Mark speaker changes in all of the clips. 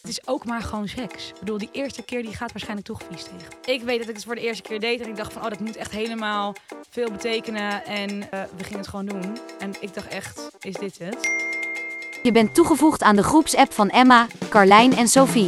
Speaker 1: Het is ook maar gewoon seks. Ik bedoel, die eerste keer die gaat waarschijnlijk toch vies tegen. Ik weet dat ik het voor de eerste keer deed en ik dacht van, dat moet echt helemaal veel betekenen. En we gingen het gewoon doen. En ik dacht echt, is dit het?
Speaker 2: Je bent toegevoegd aan de groepsapp van Emma, Carlijn en Sophie.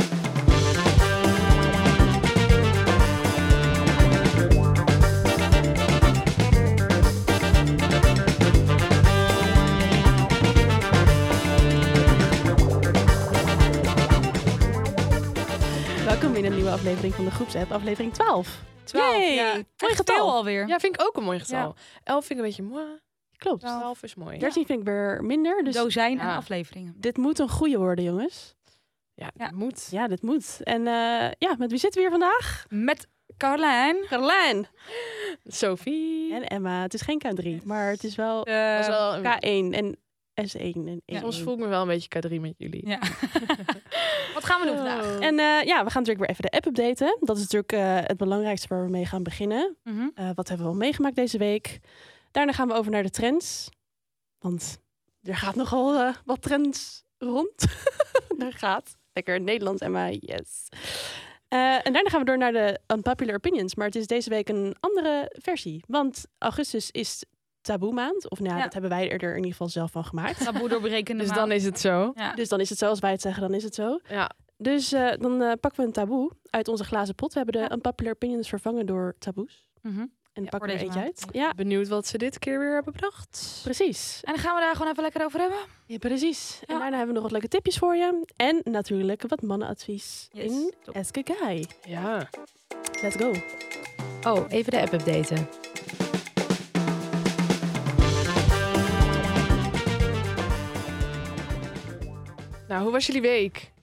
Speaker 3: Welkom in een nieuwe aflevering van de groepsapp, aflevering 12.
Speaker 1: 12,
Speaker 3: Yay,
Speaker 1: ja.
Speaker 3: mooi getal
Speaker 1: alweer.
Speaker 4: Ja, vind ik ook een mooi getal.
Speaker 1: Ja.
Speaker 4: 11 vind ik een beetje mooi.
Speaker 3: Klopt.
Speaker 4: 12 is mooi.
Speaker 3: 13 vind ik weer minder, dus
Speaker 1: Dozijn en
Speaker 4: Ja.
Speaker 1: afleveringen.
Speaker 3: dit moet een goede worden, jongens.
Speaker 4: Ja,
Speaker 1: Ja.
Speaker 4: dat moet.
Speaker 3: Ja, dit moet. En met wie zitten we hier vandaag?
Speaker 1: Met Carlijn.
Speaker 3: Carlijn
Speaker 4: Sophie.
Speaker 3: en Emma. Het is geen K3, maar het is wel
Speaker 4: Dat is wel een-
Speaker 3: K1 en S1 en 1.
Speaker 4: Soms voel ik me wel een beetje K3 met jullie.
Speaker 1: Ja. Wat gaan we doen vandaag?
Speaker 3: En we gaan natuurlijk weer even de app updaten. Dat is natuurlijk het belangrijkste waar we mee gaan beginnen. Wat hebben we al meegemaakt deze week? Daarna gaan we over naar de trends. Want er gaat nogal wat trends rond. Er gaat. Lekker Nederlands, Emma. Yes. En daarna gaan we door naar de unpopular opinions. Maar het is deze week een andere versie. Want augustus is taboe maand. Of nou,
Speaker 1: Ja.
Speaker 3: dat hebben wij er in ieder geval zelf van gemaakt.
Speaker 1: Taboe doorbrekende
Speaker 4: Dus
Speaker 1: maand.
Speaker 4: dan is het zo.
Speaker 1: Ja.
Speaker 3: Dus dan is het zo, als wij het zeggen, dan is het zo.
Speaker 4: Ja.
Speaker 3: Dus dan pakken we een taboe uit onze glazen pot. We hebben de
Speaker 1: Ja.
Speaker 3: unpopular opinions vervangen door taboes.
Speaker 1: Mhm.
Speaker 3: En
Speaker 1: Ja,
Speaker 3: pakken
Speaker 1: voor
Speaker 3: we er
Speaker 1: deze
Speaker 3: eentje
Speaker 1: maand.
Speaker 3: uit. Ja,
Speaker 4: Benieuwd wat ze dit keer weer hebben bedacht.
Speaker 3: precies.
Speaker 1: En dan gaan we daar gewoon even lekker over hebben.
Speaker 3: Ja, precies. En
Speaker 1: Ja.
Speaker 3: daarna hebben we nog wat leuke tipjes voor je. En natuurlijk wat mannenadvies
Speaker 1: Yes,
Speaker 3: in
Speaker 1: top.
Speaker 3: Ask a Guy.
Speaker 4: Ja.
Speaker 3: Let's go.
Speaker 4: Oh, even de app updaten. Nou, hoe was jullie week?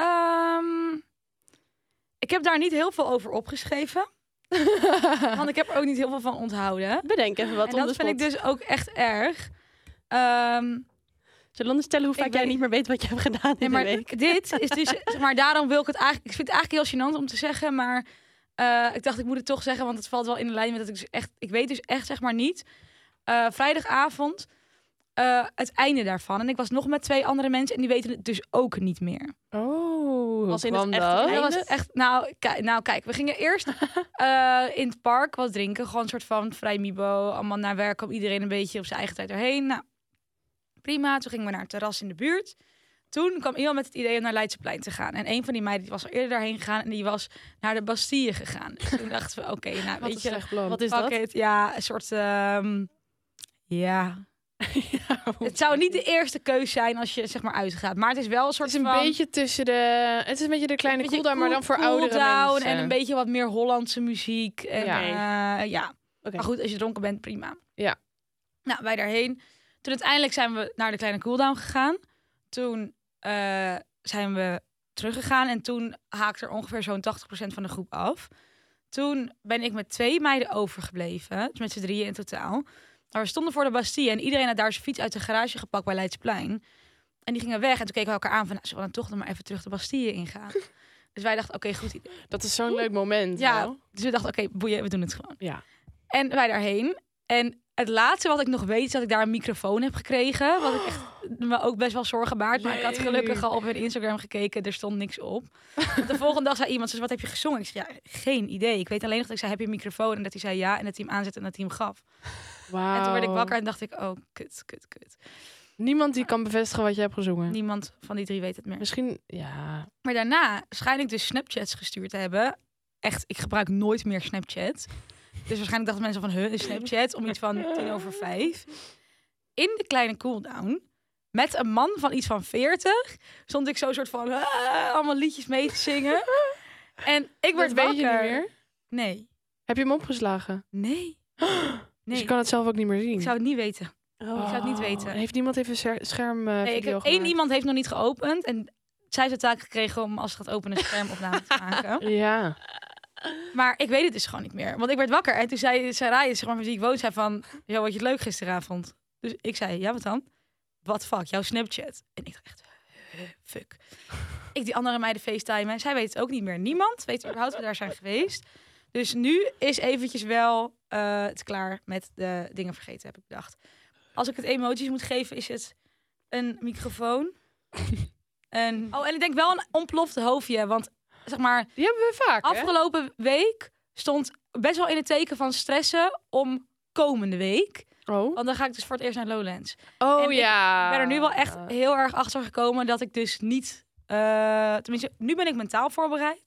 Speaker 1: Ik heb daar niet heel veel over opgeschreven. Want ik heb er ook niet heel veel van onthouden.
Speaker 3: Bedenk even wat
Speaker 1: En
Speaker 3: on
Speaker 1: dat
Speaker 3: the
Speaker 1: vind ik
Speaker 3: spot.
Speaker 1: dus ook echt erg. Ehm,
Speaker 3: Zullen we anders stellen hoe vaak
Speaker 1: Ik
Speaker 3: jij
Speaker 1: weet-
Speaker 3: niet meer weet wat je hebt gedaan
Speaker 1: nee,
Speaker 3: in
Speaker 1: maar
Speaker 3: de week?
Speaker 1: dit is dus, zeg maar, daarom wil ik het eigenlijk. Ik vind het eigenlijk heel gênant om te zeggen, maar ik dacht ik moet het toch zeggen, want het valt wel in de lijn met dat ik dus echt, ik weet dus echt zeg maar niet. Vrijdagavond het einde daarvan en ik was nog met 2 andere mensen en die weten het dus ook niet meer.
Speaker 4: Oh,
Speaker 3: Was in
Speaker 4: kwam
Speaker 3: het echt
Speaker 4: dat?
Speaker 3: het
Speaker 1: Dat
Speaker 3: einde?
Speaker 1: was echt, nou kijk, we gingen eerst in het park wat drinken, gewoon een soort van vrij mibo, allemaal naar werk, kwam iedereen een beetje op zijn eigen tijd erheen. Nou, prima. Toen gingen we naar een terras in de buurt. Toen kwam iemand met het idee om naar Leidseplein te gaan. En een van die meiden die was al eerder daarheen gegaan en die was naar de Bastille gegaan. Dus toen dachten we, oké, nou
Speaker 4: Wat een
Speaker 1: weet je,
Speaker 4: slecht plan.
Speaker 3: Wat is
Speaker 1: fuck
Speaker 3: dat?
Speaker 1: it. Ja, een soort, ja. Het zou niet de eerste keus zijn als je zeg maar uitgaat. Maar het is wel een soort
Speaker 4: Het is een
Speaker 1: van...
Speaker 4: beetje tussen de... Het is een beetje de kleine
Speaker 1: beetje
Speaker 4: cooldown, maar dan voor oudere
Speaker 1: cooldown
Speaker 4: mensen.
Speaker 1: en een beetje wat meer Hollandse muziek. En, ja.
Speaker 3: Oké.
Speaker 1: Maar goed, als je dronken bent, prima.
Speaker 4: Ja.
Speaker 1: Nou, wij daarheen. Toen uiteindelijk zijn we naar de kleine cooldown gegaan. Toen zijn we teruggegaan en toen haakte er ongeveer zo'n 80% van de groep af. Toen ben ik met 2 meiden overgebleven, dus met z'n 3 in totaal. Maar we stonden voor de Bastille en iedereen had daar zijn fiets uit de garage gepakt bij Leidseplein. En die gingen weg en toen keken we elkaar aan van, nou, zullen we dan toch nog maar even terug de Bastille ingaan? Dus wij dachten, oké, goed idee.
Speaker 4: Dat is zo'n leuk moment.
Speaker 1: Ja,
Speaker 4: wel.
Speaker 1: dus we dachten, oké, boeien, we doen het gewoon.
Speaker 4: Ja.
Speaker 1: En wij daarheen. En het laatste wat ik nog weet is dat ik daar een microfoon heb gekregen. Wat ik echt me ook best wel zorgen baart. Maar ik had gelukkig al op hun Instagram gekeken. Er stond niks op. Want de volgende dag zei iemand, dus wat heb je gezongen? Ik zei, ja, geen idee. Ik weet alleen nog dat ik zei, heb je een microfoon? En dat hij zei ja. En dat hij hem aanzette en dat hij hem gaf.
Speaker 4: Wauw.
Speaker 1: En toen werd ik wakker en dacht ik, oh, kut.
Speaker 4: Niemand die kan bevestigen wat je hebt gezongen.
Speaker 1: Niemand van die 3 weet het meer.
Speaker 4: Misschien, ja.
Speaker 1: Maar daarna schijn ik dus Snapchats gestuurd te hebben. Echt, ik gebruik nooit meer Snapchat. Dus waarschijnlijk dachten mensen van, een Snapchat om iets van 5:10. In de kleine cooldown, met een man van iets van 40, stond ik zo soort van, allemaal liedjes mee te zingen. En ik werd
Speaker 4: Dat weet je
Speaker 1: wakker.
Speaker 4: niet meer?
Speaker 1: Nee.
Speaker 4: Heb je hem opgeslagen?
Speaker 1: Nee.
Speaker 4: Dus je kan het zelf ook niet meer zien.
Speaker 1: Ik zou het niet weten.
Speaker 3: Oh.
Speaker 1: Ik zou het niet weten.
Speaker 4: Heeft niemand even scherm
Speaker 1: Nee,
Speaker 4: video
Speaker 1: één iemand heeft nog niet geopend. En zij heeft de taak gekregen om als ze gaat openen een schermopname te maken.
Speaker 4: Ja.
Speaker 1: Maar ik weet het dus gewoon niet meer. Want ik werd wakker en toen zei Saraya, zeg maar, met wie ik woon, zei van, joh, wat je het leuk gisteravond? Dus ik zei, ja, wat dan? Wat fuck, jouw Snapchat. En ik dacht echt, fuck. Ik die andere meiden FaceTime en zij weet het ook niet meer. Niemand weet überhaupt dat we daar zijn geweest. Dus nu is eventjes wel het klaar met de dingen vergeten, heb ik bedacht. Als ik het emoties moet geven, is het een microfoon, En ik denk wel een ontplofte hoofdje. Want zeg maar,
Speaker 4: Die hebben we vaak, hè?
Speaker 1: afgelopen week stond best wel in het teken van stressen om komende week.
Speaker 4: Oh,
Speaker 1: Want dan ga ik dus voor het eerst naar Lowlands.
Speaker 4: oh
Speaker 1: En ik
Speaker 4: ja.
Speaker 1: ben er nu wel echt heel erg achter gekomen dat ik dus niet... tenminste, nu ben ik mentaal voorbereid.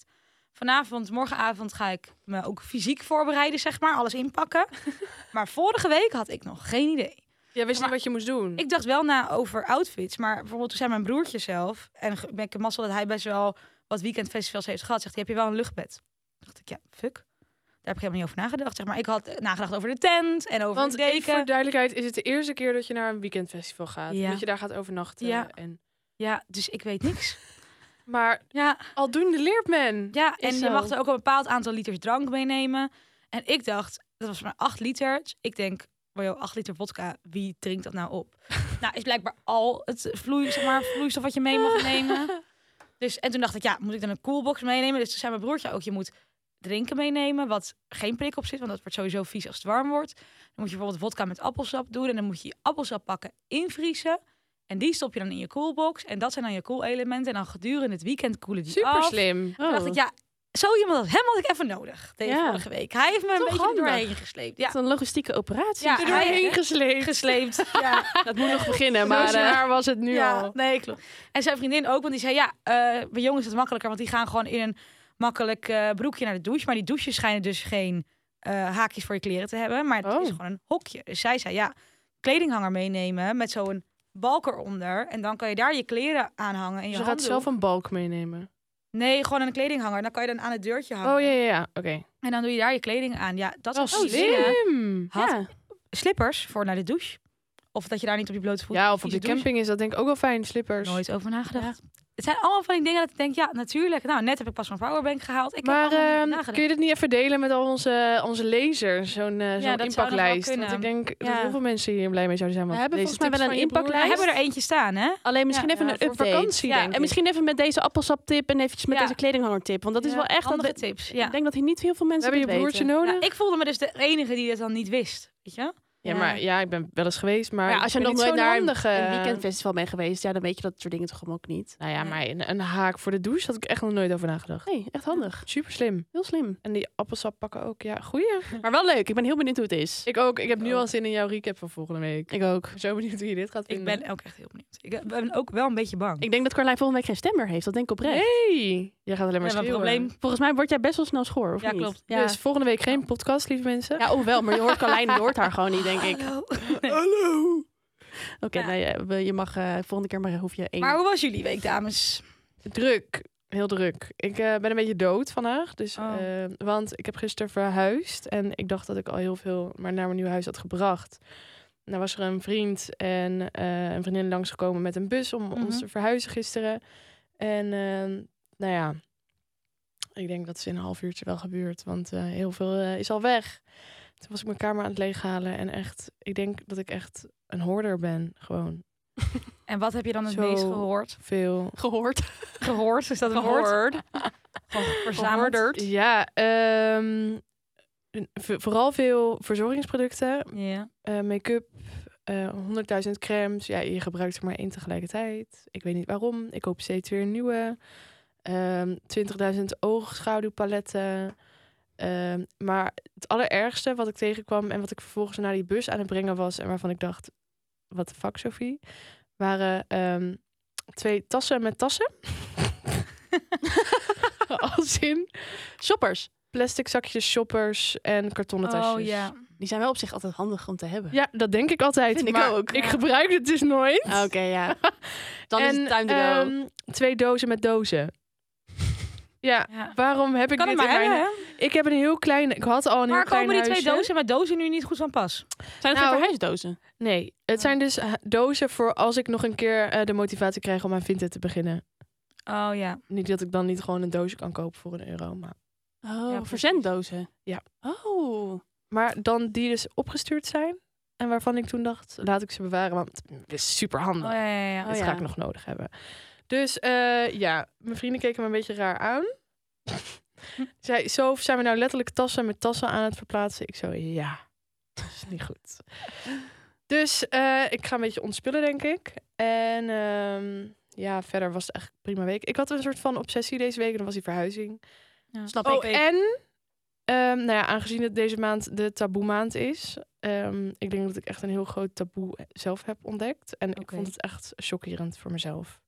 Speaker 1: Morgenavond ga ik me ook fysiek voorbereiden, zeg maar. Alles inpakken. Maar vorige week had ik nog geen idee.
Speaker 4: Jij wist niet wat je moest doen.
Speaker 1: Ik dacht wel na over outfits. Maar bijvoorbeeld toen zei mijn broertje zelf... En ben ik mazzel dat hij best wel wat weekendfestivals heeft gehad. Zegt hij, heb je wel een luchtbed? Toen dacht ik, ja, fuck. Daar heb ik helemaal niet over nagedacht. Zeg maar, ik had nagedacht over de tent en over
Speaker 4: Want
Speaker 1: de deken.
Speaker 4: even voor duidelijkheid, is het de eerste keer dat je naar een weekendfestival gaat?
Speaker 1: Ja.
Speaker 4: Dat je daar gaat overnachten?
Speaker 1: Ja.
Speaker 4: En...
Speaker 1: Ja, dus ik weet niks.
Speaker 4: Maar
Speaker 1: Ja,
Speaker 4: aldoende leert men.
Speaker 1: ja
Speaker 4: Is
Speaker 1: en
Speaker 4: zo.
Speaker 1: je mag er ook een bepaald aantal liters drank meenemen. En ik dacht, dat was maar 8 liter. Dus ik denk, 8 liter vodka, wie drinkt dat nou op? Nou, is blijkbaar al het vloeistof wat je mee mag nemen. Dus, en toen dacht ik, ja, moet ik dan een coolbox meenemen? Dus toen zei mijn broertje ook, je moet drinken meenemen wat geen prik op zit, want dat wordt sowieso vies als het warm wordt. Dan moet je bijvoorbeeld vodka met appelsap doen en dan moet je appelsap pakken, invriezen. En die stop je dan in je coolbox. En dat zijn dan je koelelementen. En dan gedurende het weekend koelen die
Speaker 4: Super
Speaker 1: af.
Speaker 4: slim.
Speaker 1: Toen dacht ik, ja, zo iemand had hem had ik even nodig. Deze
Speaker 3: Ja.
Speaker 1: vorige week. Hij heeft me een
Speaker 4: Toch
Speaker 1: beetje
Speaker 4: handig.
Speaker 1: er doorheen gesleept. Ja,
Speaker 3: Het is een logistieke operatie.
Speaker 1: Ja,
Speaker 4: Er doorheen gesleept.
Speaker 1: gesleept. Ja.
Speaker 3: Dat moet nog beginnen,
Speaker 4: Maar
Speaker 3: maar...
Speaker 4: zwaar was het nu
Speaker 1: Ja,
Speaker 4: al.
Speaker 1: nee, klopt. En zijn vriendin ook, want die zei, ja, bij jongens is het makkelijker, want die gaan gewoon in een makkelijk broekje naar de douche. Maar die douches schijnen dus geen haakjes voor je kleren te hebben, maar het
Speaker 4: Oh.
Speaker 1: is gewoon een hokje. Dus zij zei, ja, kledinghanger meenemen met zo'n balk eronder. En dan kan je daar je kleren aanhangen en je
Speaker 4: Dus je gaat
Speaker 1: handdoek.
Speaker 4: zelf een balk meenemen.
Speaker 1: Nee, gewoon een kledinghanger. Dan kan je dan aan het deurtje hangen.
Speaker 4: Oh ja. Oké.
Speaker 1: En dan doe je daar je kleding aan. Ja, dat
Speaker 4: Wel
Speaker 1: is wel dingen.
Speaker 4: slim.
Speaker 1: Had
Speaker 3: Ja.
Speaker 1: slippers voor naar de douche. Of dat je daar niet op je blote voeten...
Speaker 4: Ja, of op
Speaker 1: vieze
Speaker 4: de
Speaker 1: douche.
Speaker 4: camping is dat denk ik ook wel fijn. Slippers.
Speaker 1: Nooit over nagedacht. Het zijn allemaal van die dingen dat ik denk, ja, natuurlijk. Nou, net heb ik pas mijn powerbank gehaald. Ik
Speaker 4: Maar
Speaker 1: heb allemaal niet over nagedacht.
Speaker 4: kun je dit niet even delen met al onze lezers? Zo'n
Speaker 1: dat zou nog wel
Speaker 4: inpaklijst.
Speaker 1: kunnen.
Speaker 4: Want ik denk dat
Speaker 1: Ja.
Speaker 4: heel veel mensen hier blij mee zouden zijn.
Speaker 3: We
Speaker 4: Want
Speaker 3: hebben
Speaker 4: deze
Speaker 3: volgens mij
Speaker 4: tips
Speaker 3: wel
Speaker 4: van
Speaker 3: een
Speaker 4: je broer-
Speaker 3: inpaklijst.
Speaker 1: We hebben er eentje staan, hè?
Speaker 3: Alleen misschien even een
Speaker 4: voor
Speaker 3: update.
Speaker 4: vakantie, denk
Speaker 3: En
Speaker 4: ik.
Speaker 3: misschien even met deze appelsaptip en eventjes met
Speaker 1: Ja.
Speaker 3: deze kledinghangertip. Want dat is
Speaker 1: Ja,
Speaker 3: wel echt...
Speaker 1: handige
Speaker 3: dat
Speaker 1: tips. Ja.
Speaker 3: Ik denk dat hier niet heel veel
Speaker 4: We
Speaker 3: mensen
Speaker 4: hebben je
Speaker 3: dit
Speaker 4: broertje
Speaker 3: weten.
Speaker 4: nodig.
Speaker 1: Nou, ik voelde me dus de enige die het dan niet wist. Weet je?
Speaker 4: Ja, ik ben wel eens geweest, maar
Speaker 3: Maar ja, als je
Speaker 4: ik ben
Speaker 3: nog
Speaker 4: niet
Speaker 3: nooit
Speaker 4: zo'n
Speaker 3: naar
Speaker 4: handige...
Speaker 3: een weekendfestival bent geweest, ja, dan weet je dat soort dingen toch gewoon ook niet.
Speaker 4: Nou ja, maar een haak voor de douche had ik echt nog nooit over nagedacht.
Speaker 3: Nee, echt handig.
Speaker 4: Super slim.
Speaker 3: Heel slim.
Speaker 4: En die appelsap pakken ook. Ja, goeie.
Speaker 3: Maar wel leuk. Ik ben heel benieuwd hoe het is.
Speaker 4: Ik ook. Ik heb nu al zin in jouw recap van volgende week.
Speaker 3: Ik ook.
Speaker 4: Zo benieuwd hoe je dit gaat
Speaker 1: Ik
Speaker 4: vinden.
Speaker 1: ben ook echt heel benieuwd. Ik ben ook wel een beetje bang.
Speaker 3: Ik denk dat Carlijn volgende week geen stem meer heeft. Dat denk ik oprecht.
Speaker 4: Nee! Jij gaat alleen maar
Speaker 1: We hebben een
Speaker 4: schreeuwen.
Speaker 1: probleem.
Speaker 3: Volgens mij word jij best wel snel schoor, of
Speaker 1: Ja,
Speaker 3: niet?
Speaker 1: klopt.
Speaker 3: Ja,
Speaker 4: Dus volgende week geen podcast, lieve mensen.
Speaker 3: ja wel, maar je hoort Carlijn, je hoort haar gewoon niet, denk ik.
Speaker 4: Hallo!
Speaker 3: Oké,
Speaker 1: Ja.
Speaker 3: nee, je mag volgende keer maar hoef je één.
Speaker 1: Maar hoe was jullie week, dames?
Speaker 4: Druk. Heel druk. Ik ben een beetje dood vandaag. Dus,
Speaker 1: Oh.
Speaker 4: want ik heb gisteren verhuisd. En ik dacht dat ik al heel veel maar naar mijn nieuwe huis had gebracht. Nou was er een vriend en een vriendin langsgekomen met een bus om ons te verhuizen gisteren. En nou ja, ik denk dat ze in een half uurtje wel gebeurt. Want heel veel is al weg. Toen was ik mijn kamer aan het leeghalen. En echt, ik denk dat ik echt een hoorder ben. Gewoon
Speaker 1: En wat heb je dan het
Speaker 4: Zo.
Speaker 1: meest gehoord?
Speaker 4: veel.
Speaker 3: gehoord.
Speaker 1: Gehoord? Is dat een woord? Gewoon verzameld?
Speaker 4: Ja, vooral veel verzorgingsproducten.
Speaker 1: Ja.
Speaker 4: Make-up, 100.000 crèmes. Ja, je gebruikt er maar één tegelijkertijd. Ik weet niet waarom. Ik koop steeds weer een nieuwe. 20.000 oogschaduwpaletten. Maar het allerergste wat ik tegenkwam en wat ik vervolgens naar die bus aan het brengen was en waarvan ik dacht, wat de fuck, Sophie? Waren 2 tassen met tassen. Als in
Speaker 3: Shoppers.
Speaker 4: plastic zakjes, shoppers en kartonnen tasjes.
Speaker 1: Oh ja.
Speaker 3: Die zijn wel op zich altijd handig om te hebben.
Speaker 4: Ja, dat denk ik altijd.
Speaker 3: Vind ik
Speaker 4: maar
Speaker 3: ook.
Speaker 4: Ik
Speaker 1: Ja.
Speaker 4: gebruik het dus nooit.
Speaker 3: Ah, Oké, ja. Dan is het time to go.
Speaker 4: 2 dozen met dozen. Ja,
Speaker 1: Ja.
Speaker 4: waarom heb ik
Speaker 1: Kan het
Speaker 4: dit
Speaker 1: maar
Speaker 4: in mijn...
Speaker 1: hebben, hè?
Speaker 4: Ik heb een heel klein... Ik had al een
Speaker 1: Maar
Speaker 4: heel klein
Speaker 1: komen die 2
Speaker 4: huisje.
Speaker 1: dozen met dozen nu niet goed van pas?
Speaker 3: Zijn het
Speaker 4: Nou,
Speaker 3: geen verhuisdozen?
Speaker 4: Nee, het zijn dus dozen voor als ik nog een keer de motivatie krijg om aan Vinted te beginnen.
Speaker 1: Oh ja.
Speaker 4: Niet dat ik dan niet gewoon een doosje kan kopen voor €1, maar...
Speaker 3: Oh,
Speaker 1: precies.
Speaker 3: verzenddozen?
Speaker 4: Ja.
Speaker 3: Oh.
Speaker 4: Maar dan die dus opgestuurd zijn. En waarvan ik toen dacht, laat ik ze bewaren. Want het is super handig.
Speaker 1: Oh ja, ja, ja.
Speaker 4: Dit
Speaker 3: ja.
Speaker 4: ga ik nog nodig hebben. Dus ja, mijn vrienden keken me een beetje raar aan. Zei, zo zijn we nou letterlijk tassen met tassen aan het verplaatsen? Ik zo, ja, dat is niet goed. Dus ik ga een beetje ontspullen, denk ik. En ja, verder was het eigenlijk een prima week. Ik had een soort van obsessie deze week en dat was die verhuizing.
Speaker 1: Ja.
Speaker 3: Snap
Speaker 4: Oh,
Speaker 3: ik.
Speaker 4: en nou ja, aangezien het deze maand de taboe maand is, ik denk dat ik echt een heel groot taboe zelf heb ontdekt. En ik vond het echt chockerend voor mezelf.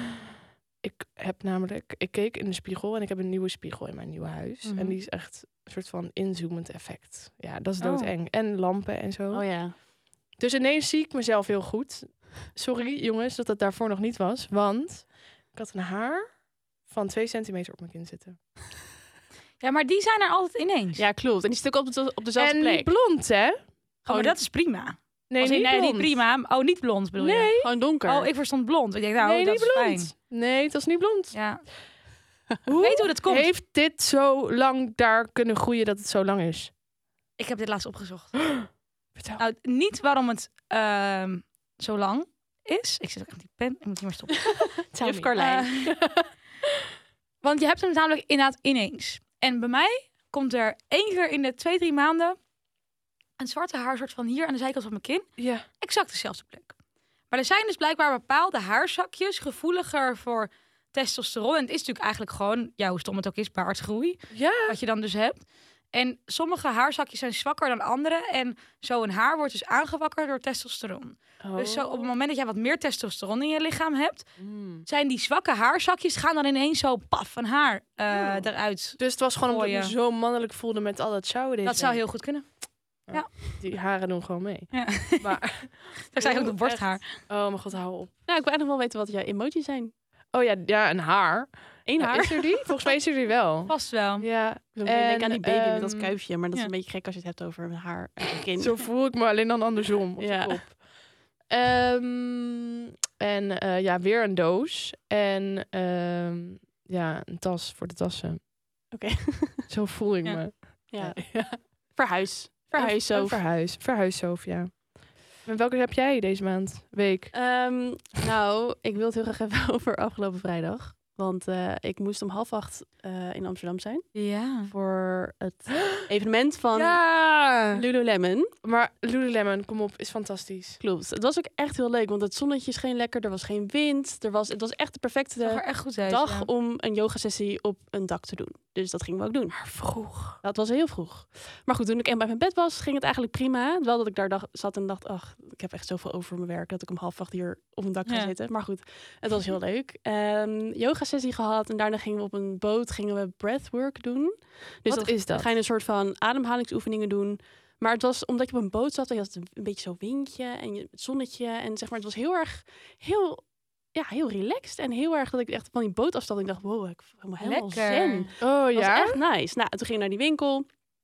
Speaker 4: Ik keek in de spiegel en ik heb een nieuwe spiegel in mijn nieuwe huis.
Speaker 3: Mhm.
Speaker 4: En die is echt een soort van inzoomend effect. Ja, dat is doodeng. En lampen en zo.
Speaker 3: Oh ja.
Speaker 4: Dus ineens zie ik mezelf heel goed. Sorry jongens dat het daarvoor nog niet was. Want ik had een haar van 2 centimeter op mijn kin zitten.
Speaker 1: Ja, maar die zijn er altijd ineens.
Speaker 3: Ja, klopt. En die zit ook op dezelfde
Speaker 4: En
Speaker 3: plek.
Speaker 4: niet blond, hè?
Speaker 1: Oh, maar dat is prima.
Speaker 4: Nee,
Speaker 1: Als in,
Speaker 4: niet
Speaker 1: nee,
Speaker 4: blond.
Speaker 1: niet prima. Oh, niet blond bedoel je?
Speaker 4: Nee.
Speaker 3: Gewoon donker.
Speaker 1: Oh, ik verstond blond. Ik denk, nou,
Speaker 4: Nee,
Speaker 1: dat
Speaker 4: niet
Speaker 1: is
Speaker 4: blond.
Speaker 1: fijn.
Speaker 4: Nee, het was niet blond.
Speaker 1: Ja.
Speaker 4: Hoe
Speaker 1: Weet hoe dat komt?
Speaker 4: heeft dit zo lang daar kunnen groeien dat het zo lang is?
Speaker 1: Ik heb dit laatst opgezocht.
Speaker 4: Vertel.
Speaker 1: Nou, niet waarom het zo lang is. Ik zit ook echt die pen. Ik moet hier maar stoppen.
Speaker 3: Juf Carlijn.
Speaker 1: Want je hebt hem namelijk inderdaad ineens. En bij mij komt er 1 keer in de 2-3 maanden een zwarte haar soort van hier aan de zijkant van mijn kin.
Speaker 4: Ja.
Speaker 1: Exact dezelfde plek. Maar er zijn dus blijkbaar bepaalde haarzakjes gevoeliger voor testosteron. En het is natuurlijk eigenlijk gewoon, ja, hoe stom het ook is, baardgroei.
Speaker 4: Ja.
Speaker 1: Wat je dan dus hebt. En sommige haarzakjes zijn zwakker dan andere. En zo'n haar wordt dus aangewakkerd door testosteron. Dus zo, op het moment dat jij wat meer testosteron in je lichaam hebt, zijn die zwakke haarzakjes gaan dan ineens zo paf van haar eruit.
Speaker 4: Dus het was gewoon omdat ik me
Speaker 1: gooien.
Speaker 4: zo mannelijk voelde met al dat sjouwen.
Speaker 1: Dat zou heel goed kunnen.
Speaker 4: Die haren doen gewoon mee.
Speaker 1: Ja.
Speaker 4: Maar,
Speaker 1: Daar zijn ook de borsthaar.
Speaker 4: oh mijn god, hou op.
Speaker 3: Nou, ik wil echt nog wel weten wat jouw emoties zijn.
Speaker 4: Oh ja, een haar.
Speaker 3: Eén
Speaker 4: Ja,
Speaker 3: haar.
Speaker 4: is er die? Volgens mij is er die wel.
Speaker 1: Vast wel.
Speaker 4: Ja.
Speaker 3: Ik denk aan die baby met dat
Speaker 4: ehm,
Speaker 3: kuifje. Maar dat is
Speaker 1: ja.
Speaker 3: een beetje gek als je het hebt over een haar en een kind.
Speaker 4: Zo voel ik me, alleen dan andersom op
Speaker 3: Ja.
Speaker 4: de kop. Ja, weer een doos. En ja, een tas voor de tassen.
Speaker 3: Oké.
Speaker 4: Zo voel ik
Speaker 1: Ja.
Speaker 4: me.
Speaker 3: Ja.
Speaker 4: Ja.
Speaker 3: Verhuis.
Speaker 4: Een
Speaker 3: Verhuiszoof.
Speaker 4: Verhuiszoof, ja. En welke heb jij deze week?
Speaker 3: Nou, ik wil het heel graag hebben over afgelopen vrijdag. Want ik moest om 7:30 in Amsterdam zijn.
Speaker 1: Ja.
Speaker 3: Voor het evenement van
Speaker 4: Ja!
Speaker 3: Lululemon.
Speaker 4: Maar Lululemon, kom op, is fantastisch.
Speaker 3: Klopt. Het was ook echt heel leuk. Want het zonnetje scheen lekker. Er was geen wind. Het was echt de perfecte
Speaker 1: Zag er echt goed uit.
Speaker 3: dag
Speaker 1: ja.
Speaker 3: om een yogasessie op een dak te doen. Dus dat gingen we ook doen.
Speaker 4: Maar vroeg.
Speaker 3: Dat was heel vroeg. Maar goed, toen ik eenmaal bij mijn bed was, ging het eigenlijk prima. Wel dat ik daar zat en dacht, ach, ik heb echt zoveel over mijn werk dat ik om 7:30 hier op een dak ga
Speaker 1: Ja.
Speaker 3: zitten. Maar goed, het was heel leuk. Yoga-sessie gehad en daarna gingen we op een boot breathwork doen. Dus
Speaker 4: Wat is dat?
Speaker 3: Dan ga je een soort van ademhalingsoefeningen doen. Maar het was omdat je op een boot zat en je had een beetje zo'n windje en het zonnetje. En zeg maar, het was heel relaxed. En heel erg dat ik echt van die boot afstapte. En ik dacht, wow, ik voel me helemaal
Speaker 1: Lekker.
Speaker 3: zen.
Speaker 4: Oh
Speaker 3: Dat was
Speaker 4: ja?
Speaker 3: echt nice. Nou, toen ging ik naar die winkel.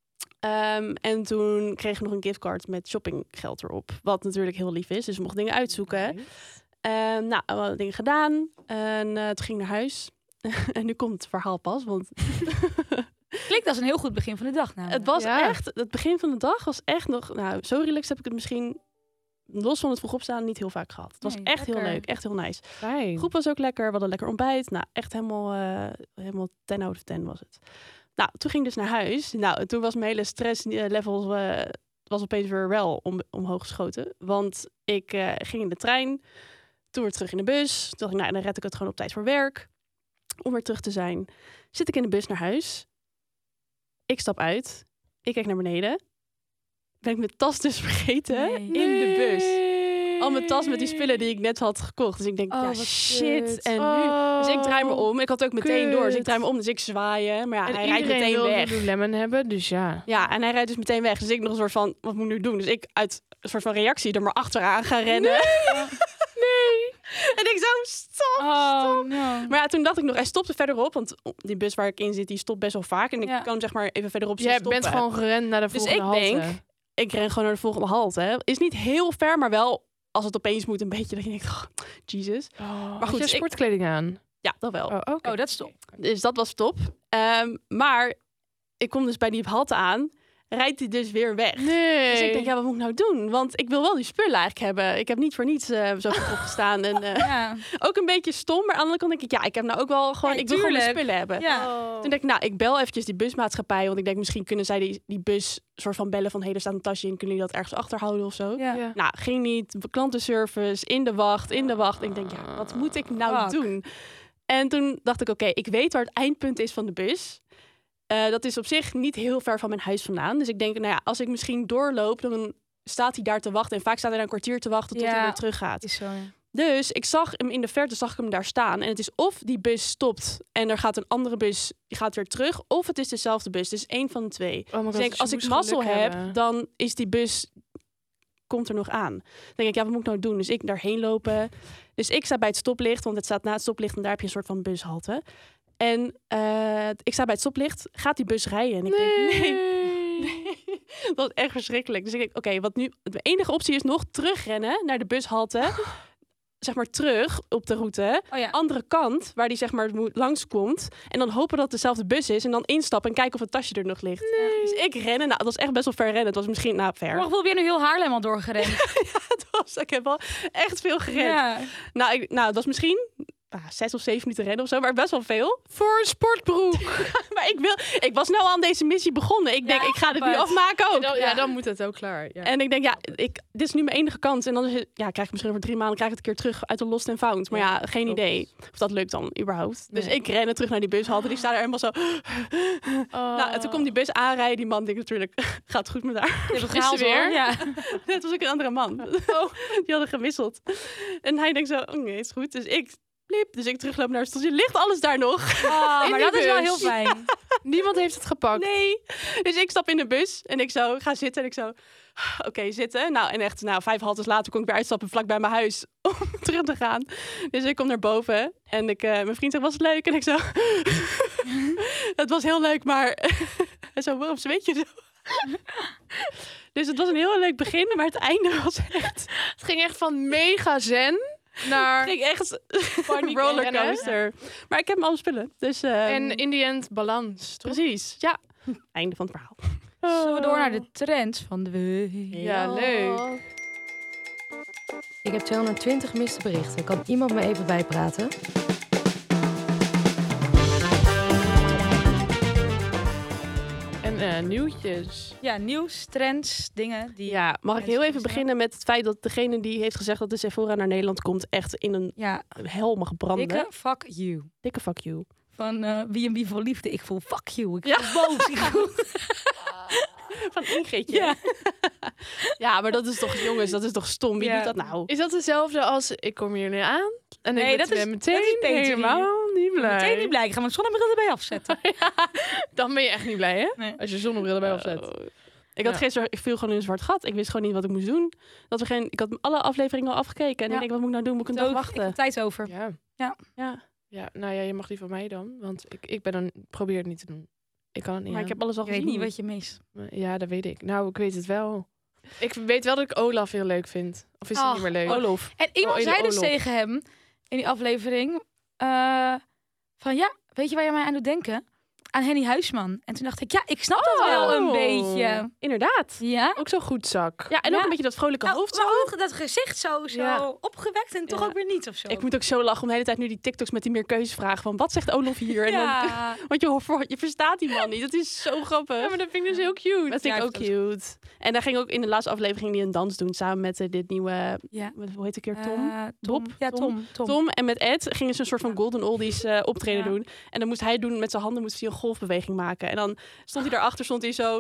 Speaker 3: En toen kregen we nog een giftcard met shoppinggeld erop. Wat natuurlijk heel lief is. Dus we mochten dingen uitzoeken.
Speaker 4: Nice.
Speaker 3: Nou, we hadden dingen gedaan. En toen ging ik naar huis. En nu komt het verhaal pas. Want
Speaker 1: Klinkt als een heel goed begin van de dag. Nou.
Speaker 3: het was
Speaker 4: Ja.
Speaker 3: echt... Het begin van de dag was echt nog... Nou, zo relaxed heb ik het misschien... Los van het vroeg opstaan niet heel vaak gehad. Het was
Speaker 1: Nee,
Speaker 3: echt heel
Speaker 1: lekker.
Speaker 3: leuk. Echt heel nice.
Speaker 4: Fijn.
Speaker 3: De groep was ook lekker. We hadden lekker ontbijt. Nou, echt helemaal 10 out of 10 was het. Nou, toen ging ik dus naar huis. Nou, en toen was mijn hele stresslevel was opeens weer wel omhoog geschoten. Want ik ging in de trein. Toen weer terug in de bus. Toen dacht ik, nou, dan red ik het gewoon op tijd voor werk. Om weer terug te zijn. Zit ik in de bus naar huis. Ik stap uit. Ik kijk naar beneden. Ben ik mijn tas dus vergeten
Speaker 1: Nee.
Speaker 3: in de bus. Al mijn tas met die spullen die ik net had gekocht. Dus ik denk,
Speaker 1: Oh,
Speaker 3: ja,
Speaker 1: wat
Speaker 3: shit.
Speaker 1: kut.
Speaker 3: En nu? Dus ik draai me om. Ik had ook meteen door. Dus ik
Speaker 4: kut.
Speaker 3: draai me om. Dus ik zwaaien. Maar ja,
Speaker 4: En
Speaker 3: hij rijdt
Speaker 4: iedereen
Speaker 3: meteen
Speaker 4: wil
Speaker 3: weg.
Speaker 4: Lululemon hebben, dus ja.
Speaker 3: Ja, en hij rijdt dus meteen weg. Dus ik nog een soort van, wat moet ik nu doen? Dus ik uit een soort van reactie er maar achteraan ga rennen. Nee. En ik zo, stop.
Speaker 1: Oh, no.
Speaker 3: Maar ja, toen dacht ik nog, hij stopte verderop. Want die bus waar ik in zit, die stopt best wel vaak. En ik
Speaker 1: Ja.
Speaker 3: kan hem zeg maar even verderop zien
Speaker 4: Jij
Speaker 3: stoppen.
Speaker 4: bent gewoon gerend naar de
Speaker 3: Dus
Speaker 4: volgende
Speaker 3: ik denk,
Speaker 4: halte.
Speaker 3: ik ren gewoon naar de volgende halte. Is niet heel ver, maar wel als het opeens moet een beetje. Dat je denkt, oh, Jesus.
Speaker 4: Maar
Speaker 3: goed,
Speaker 4: goed, je
Speaker 3: ik-
Speaker 4: sportkleding aan.
Speaker 3: Ja, dat wel.
Speaker 4: Oh, oké.
Speaker 1: Oh, dat is top.
Speaker 3: Dus dat was top. Maar ik kom dus bij die halte aan. rijdt hij dus weer weg.
Speaker 4: Nee.
Speaker 3: Dus ik denk, wat moet ik nou doen? Want ik wil wel die spullen eigenlijk hebben. Ik heb niet voor niets zo vroeg gestaan. En ook een beetje stom. Maar aan de andere kant denk ik, ik heb nou ook wel gewoon... ik wil gewoon de spullen hebben.
Speaker 1: Ja.
Speaker 3: Toen denk ik, ik bel eventjes die busmaatschappij. Want ik denk, misschien kunnen zij die bus soort van bellen van... er staat een tasje in, kunnen jullie dat ergens achterhouden of zo?
Speaker 1: Ja.
Speaker 3: Nou, ging niet. Klantenservice, in de wacht. Ik denk, wat moet ik nou doen? En toen dacht ik, oké, ik weet waar het eindpunt is van de bus. Dat is op zich niet heel ver van mijn huis vandaan. Dus ik denk, als ik misschien doorloop, dan staat hij daar te wachten. En vaak staat hij daar een kwartier te wachten tot hij weer terug gaat.
Speaker 1: Is zo, ja.
Speaker 3: Dus ik zag hem in de verte, zag ik hem daar staan. En het is of die bus stopt en er gaat een andere bus, die gaat weer terug. Of het is dezelfde bus. Dus één van de twee.
Speaker 4: Oh,
Speaker 3: dus ik denk, als ik mazzel heb, dan is die bus... komt er nog aan. Dan denk ik, wat moet ik nou doen? Dus ik daarheen lopen. Dus ik sta bij het stoplicht, want het staat na het stoplicht en daar heb je een soort van bushalte. En ik sta bij het stoplicht, gaat die bus rijden? En ik denk, nee. Dat was echt verschrikkelijk. Dus ik denk, oké, wat nu? De enige optie is nog terugrennen naar de bushalte. Zeg maar terug op de route. Andere kant, waar die zeg maar langskomt. En dan hopen dat het dezelfde bus is. En dan instappen en kijken of het tasje er nog ligt. Nee. Dus ik rennen. Nou, het was echt best wel ver rennen. Het was misschien ver.
Speaker 1: Maar heb je nu heel Haarlem al doorgerend?
Speaker 3: Ik heb wel echt veel gerend. Ja. Nou, het was misschien 6 of 7 minuten rennen of zo, maar best wel veel.
Speaker 4: Voor een sportbroek.
Speaker 3: Maar ik was nou al aan deze missie begonnen. Ik denk, ik ga dit nu afmaken ook.
Speaker 4: Dan moet het ook klaar. Ja.
Speaker 3: En ik denk, dit is nu mijn enige kans. En dan krijg ik misschien over 3 maanden krijg ik het een keer terug uit de Lost and Found. Maar geen idee of dat lukt dan überhaupt. Nee. Dus ik rende terug naar die bushalte. Die staat er helemaal zo. Nou, en toen komt die bus aanrijden. Die man denkt natuurlijk, gaat goed met haar.
Speaker 1: Je hebt gehaald weer. Ja.
Speaker 3: Het was ook een andere man. Die hadden gewisseld. En hij denkt zo, nee, is goed. Dus ik Dus ik terugloop naar het station. Ligt alles daar nog?
Speaker 1: Maar dat is wel heel fijn.
Speaker 4: Ja. Niemand heeft het gepakt.
Speaker 3: Nee. Dus ik stap in de bus en ik ga zitten en ik zo... Oké, zitten. Nou, en echt 5 haltes later kon ik weer uitstappen vlak bij mijn huis om terug te gaan. Dus ik kom naar boven en mijn vriend zegt, was het leuk? En ik zo... Het was heel leuk, maar... En zo, waarom zweet je zo? Dus het was een heel leuk begin, maar het einde was echt...
Speaker 4: Het ging echt van mega zen naar...
Speaker 3: Het ging echt een rollercoaster. Maar ik heb alle spullen. Dus,
Speaker 4: en in die end balans, toch?
Speaker 3: Precies, ja. Einde van het verhaal.
Speaker 1: Zullen we door naar de trends van de week?
Speaker 4: Ja, leuk.
Speaker 5: Ik heb 220 gemiste berichten. Kan iemand me even bijpraten?
Speaker 4: En nieuwtjes.
Speaker 1: Ja, nieuws, trends, dingen. Die
Speaker 3: ja, mag ik heel even beginnen met het feit dat degene die heeft gezegd dat de Sephora naar Nederland komt echt in een hel mag branden.
Speaker 1: Dikke fuck you.
Speaker 3: Dikke fuck you.
Speaker 1: Van wie voor liefde. Ik voel fuck you. Ik voel boos. Ik voel...
Speaker 3: Van Ingridje. Ja. Ja, maar dat is toch, jongens, dat is toch stom. Wie doet dat nou?
Speaker 4: Is dat hetzelfde als ik kom hier nu aan? En
Speaker 1: nee,
Speaker 4: dat is meteen helemaal niet blij.
Speaker 1: Meteen niet blij. Ik ga mijn zonnebril erbij afzetten.
Speaker 4: Dan ben je echt niet blij, hè?
Speaker 1: Nee.
Speaker 4: Als je zonnebril erbij afzet.
Speaker 3: Ik viel gewoon in een zwart gat. Ik wist gewoon niet wat ik moest doen. Ik had alle afleveringen al afgekeken. En ik denk, wat moet ik nou doen? Moet ik een dag wachten?
Speaker 1: Ik heb tijd over.
Speaker 4: Ja, nou ja, je mag die van mij dan. Want ik ben dan, probeer het niet te doen. Ik kan het niet.
Speaker 3: Maar ik heb alles al gezien.
Speaker 1: Ik weet niet wat je mist.
Speaker 4: Ja, dat weet ik. Nou, ik weet het wel. Ik weet wel dat ik Olaf heel leuk vind. Of is het niet meer leuk?
Speaker 3: Olaf.
Speaker 1: En iemand zei dus tegen hem in die aflevering... van ja, weet je waar je mij aan doet denken? Aan Henny Huisman. En toen dacht ik, ja, ik snap dat wel een beetje.
Speaker 3: Inderdaad.
Speaker 1: Ja.
Speaker 4: Ook zo'n goed zak.
Speaker 3: Ja, en ook een beetje dat vrolijke hoofd.
Speaker 1: Ook dat gezicht zo opgewekt en toch ook weer niet of zo.
Speaker 3: Ik moet ook zo lachen om de hele tijd nu die TikToks met die meer keuzevragen van wat zegt Olaf hier? En dan, want je verstaat die man niet. Dat is zo grappig.
Speaker 4: Ja, maar dat vind ik dus heel cute.
Speaker 3: Dat vind ik ook cute. En daar ging ook in de laatste aflevering die een dans doen samen met dit nieuwe, hoe heet ik hier? Tom. En met Ed gingen ze een soort van Golden Oldies optreden doen. En dan moest hij doen met zijn handen moest hij een golfbeweging maken. En dan stond hij daarachter, stond hij zo...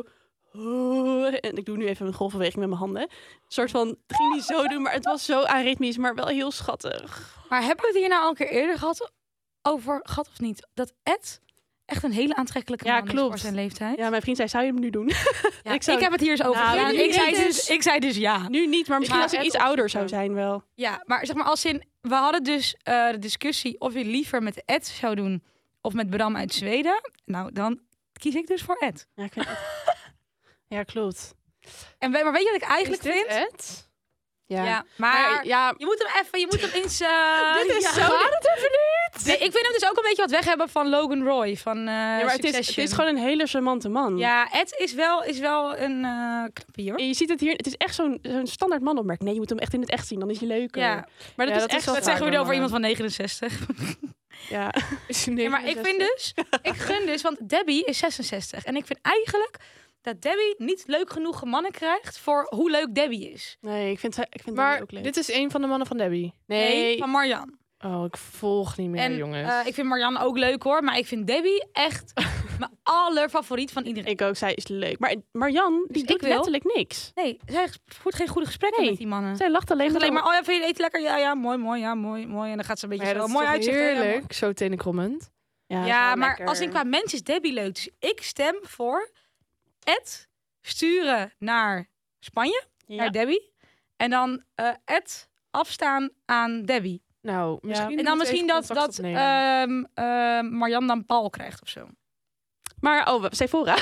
Speaker 3: En ik doe nu even een golfbeweging met mijn handen. Een soort van, het ging hij zo doen, maar het was zo aritmisch, maar wel heel schattig.
Speaker 1: Maar hebben we het hier nou al een keer eerder gehad of niet? Dat Ed echt een hele aantrekkelijke man is voor zijn leeftijd.
Speaker 3: Ja, mijn vriend zei, zou je hem nu doen?
Speaker 1: Ja, ik heb het hier eens over gedaan. Ik zei dus ja.
Speaker 3: Nu niet, maar misschien als ik iets ouder zou zijn wel.
Speaker 1: Ja, maar zeg maar we hadden dus de discussie of je liever met Ed zou doen of met Bram uit Zweden. Nou, dan kies ik dus voor Ed.
Speaker 3: Ja, ik vind Ed. Ja, klopt.
Speaker 1: Maar weet je wat ik eigenlijk vind?
Speaker 4: Ed?
Speaker 1: Ja, maar
Speaker 3: ja,
Speaker 1: je moet hem eens...
Speaker 3: dit is zo...
Speaker 4: Gaat het even niet?
Speaker 1: Nee, ik vind hem dus ook een beetje wat weg hebben van Logan Roy van
Speaker 3: Ja, maar het
Speaker 1: Succession.
Speaker 3: is gewoon een hele charmante man.
Speaker 1: Ja, Ed is wel een knappie, hoor.
Speaker 3: En je ziet het hier, het is echt zo'n standaard manopmerk. Nee, je moet hem echt in het echt zien, dan is hij leuker.
Speaker 1: Ja,
Speaker 3: Maar dat
Speaker 4: Ja,
Speaker 3: is
Speaker 4: dat
Speaker 3: echt...
Speaker 4: is wel
Speaker 1: dat
Speaker 4: vaak
Speaker 1: zeggen we
Speaker 4: bij
Speaker 1: over iemand
Speaker 4: mannen.
Speaker 1: van 69.
Speaker 3: Ja.
Speaker 1: Ja, maar ik vind dus... Ik gun dus, want Debbie is 66. En ik vind eigenlijk dat Debbie niet leuk genoeg mannen krijgt voor hoe leuk Debbie is.
Speaker 3: Nee, ik vind hem
Speaker 4: Maar
Speaker 3: ook leuk.
Speaker 4: dit is een van de mannen van Debbie.
Speaker 3: Nee,
Speaker 1: Van Marjan.
Speaker 4: Oh, ik volg niet meer,
Speaker 1: En
Speaker 4: jongens.
Speaker 1: ik vind Marjan ook leuk, hoor. Maar ik vind Debbie echt mijn allerfavoriet van iedereen.
Speaker 3: ik ook. Zij is leuk. Maar Marjan, die
Speaker 1: ik
Speaker 3: doet
Speaker 1: wil-
Speaker 3: letterlijk niks.
Speaker 1: Nee, zij voert geen goede gesprekken
Speaker 3: Nee.
Speaker 1: met die mannen.
Speaker 3: Zij lacht alleen
Speaker 1: Zegt
Speaker 3: maar...
Speaker 1: alleen maar, oh ja, vind je het eten lekker? Ja, mooi, ja, mooi. En dan gaat ze een beetje
Speaker 4: Maar ja,
Speaker 1: zo
Speaker 4: dat is
Speaker 1: mooi
Speaker 4: toch
Speaker 1: uitzicht. hè?
Speaker 4: heerlijk, zo tenenkrommend.
Speaker 1: Ja, maar
Speaker 3: lekker.
Speaker 1: als in qua mens is Debbie leuk. Dus ik stem voor Ed sturen naar Spanje, naar Debbie. En dan Ed afstaan aan Debbie.
Speaker 4: Nou, misschien
Speaker 1: En dan
Speaker 4: moeten we
Speaker 1: misschien
Speaker 4: even
Speaker 1: dat
Speaker 4: contact opnemen.
Speaker 1: Marjan dan Paul krijgt of zo.
Speaker 3: Maar, Sephora.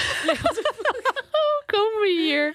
Speaker 4: Komen we hier?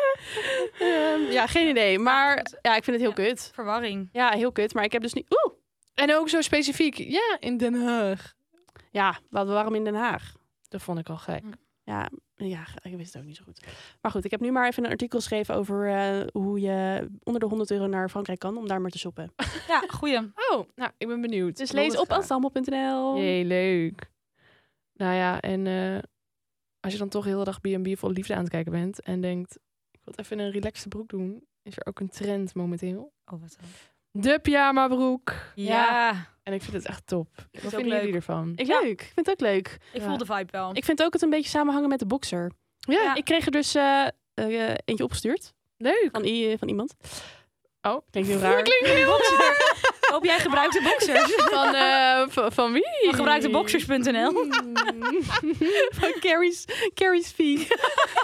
Speaker 3: Ja, geen idee. Maar ja, ik vind het heel kut.
Speaker 1: Verwarring.
Speaker 3: Ja, heel kut. Maar ik heb dus niet...
Speaker 4: En ook zo specifiek. Ja, in Den Haag.
Speaker 3: Ja, waarom in Den Haag?
Speaker 4: Dat vond ik al gek.
Speaker 3: Ja, ik wist het ook niet zo goed. Maar goed, ik heb nu maar even een artikel geschreven over hoe je onder de €100 naar Frankrijk kan om daar maar te shoppen.
Speaker 1: Ja, goeie.
Speaker 4: Oh, nou, ik ben benieuwd.
Speaker 3: Dus
Speaker 4: Ik wil
Speaker 3: lees
Speaker 4: het
Speaker 3: op
Speaker 4: graag.
Speaker 3: ensemble.nl.
Speaker 4: Jee, leuk. Nou ja, en als je dan toch de hele dag B&B vol liefde aan het kijken bent en denkt, ik wil even een relaxte broek doen, is er ook een trend momenteel.
Speaker 1: Oh, wat dan?
Speaker 4: De pyjama broek.
Speaker 1: Ja.
Speaker 4: En ik vind het echt top. Wat
Speaker 1: ook
Speaker 4: vinden
Speaker 1: leuk.
Speaker 4: jullie ervan?
Speaker 3: Leuk. Ik vind het ook leuk.
Speaker 1: Ik
Speaker 4: Ja.
Speaker 1: voel de vibe wel.
Speaker 3: Ik vind ook het een beetje samenhangen met de boxer.
Speaker 1: Ja.
Speaker 3: Ik kreeg er dus eentje opgestuurd
Speaker 4: Leuk.
Speaker 3: van iemand.
Speaker 4: Oh,
Speaker 3: Klinkt heel raar.
Speaker 4: Dat klinkt heel
Speaker 1: Hoop jij gebruikt de boxers.
Speaker 4: van wie?
Speaker 1: Van gebruikdeboxers.nl.
Speaker 3: Van Carrie's Feet.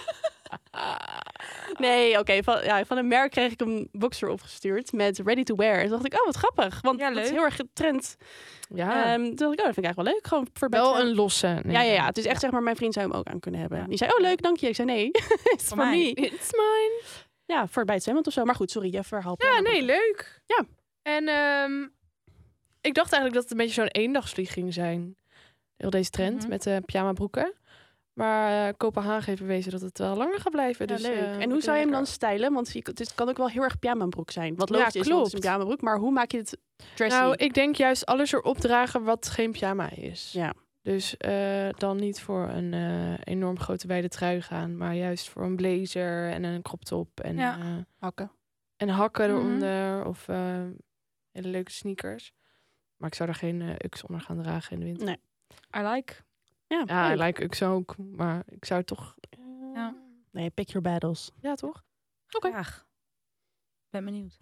Speaker 3: Nee, oké. Van een merk kreeg ik een boxer opgestuurd met ready to wear. En toen dacht ik, oh, wat grappig. Want
Speaker 1: Ja,
Speaker 3: dat is
Speaker 1: leuk.
Speaker 3: heel erg getrend.
Speaker 4: Ja,
Speaker 3: Toen dacht ik, oh, dat vind ik eigenlijk wel leuk. Gewoon voor
Speaker 4: wel
Speaker 3: buiten.
Speaker 4: een losse. Nee.
Speaker 3: Ja. Het is echt, zeg maar, mijn vriend zou hem ook aan kunnen hebben.
Speaker 1: Ja.
Speaker 3: Die zei, oh, leuk, dank je. Ik zei, nee. Het is van
Speaker 1: mij.
Speaker 3: me.
Speaker 4: It's mine.
Speaker 3: Ja, voor bij het zwembad of zo. Maar goed, sorry, je verhaal.
Speaker 4: Ja, nee, leuk.
Speaker 3: Ja.
Speaker 4: En ik dacht eigenlijk dat het een beetje zo'n eendagsvlieg ging zijn. Heel deze trend
Speaker 1: Mhm.
Speaker 4: met de pyjama broeken. Maar Kopenhagen heeft bewezen dat het wel langer gaat blijven.
Speaker 3: Ja,
Speaker 4: Dus,
Speaker 3: leuk. En hoe zou je hem dan stylen? Want het kan ook wel heel erg pyjama-broek zijn. Wat
Speaker 4: Ja,
Speaker 3: logisch is, want het is een
Speaker 4: klopt.
Speaker 3: pyjama-broek. Maar hoe maak je het dressy?
Speaker 4: Nou, ik denk juist alles erop dragen wat geen pyjama is.
Speaker 3: Ja.
Speaker 4: Dus dan niet voor een enorm grote wijde trui gaan. Maar juist voor een blazer en een crop top. En,
Speaker 1: Ja.
Speaker 3: Hakken.
Speaker 4: en hakken
Speaker 1: Mhm.
Speaker 4: eronder. Of hele leuke sneakers. Maar ik zou er geen UX onder gaan dragen in de winter.
Speaker 3: Nee.
Speaker 1: I like.
Speaker 4: Ja,
Speaker 3: leuk.
Speaker 4: I like UX ook. Maar ik zou toch...
Speaker 1: Ja.
Speaker 3: Nee, pick your battles.
Speaker 4: Ja, toch?
Speaker 1: Oké. Graag. Ben benieuwd.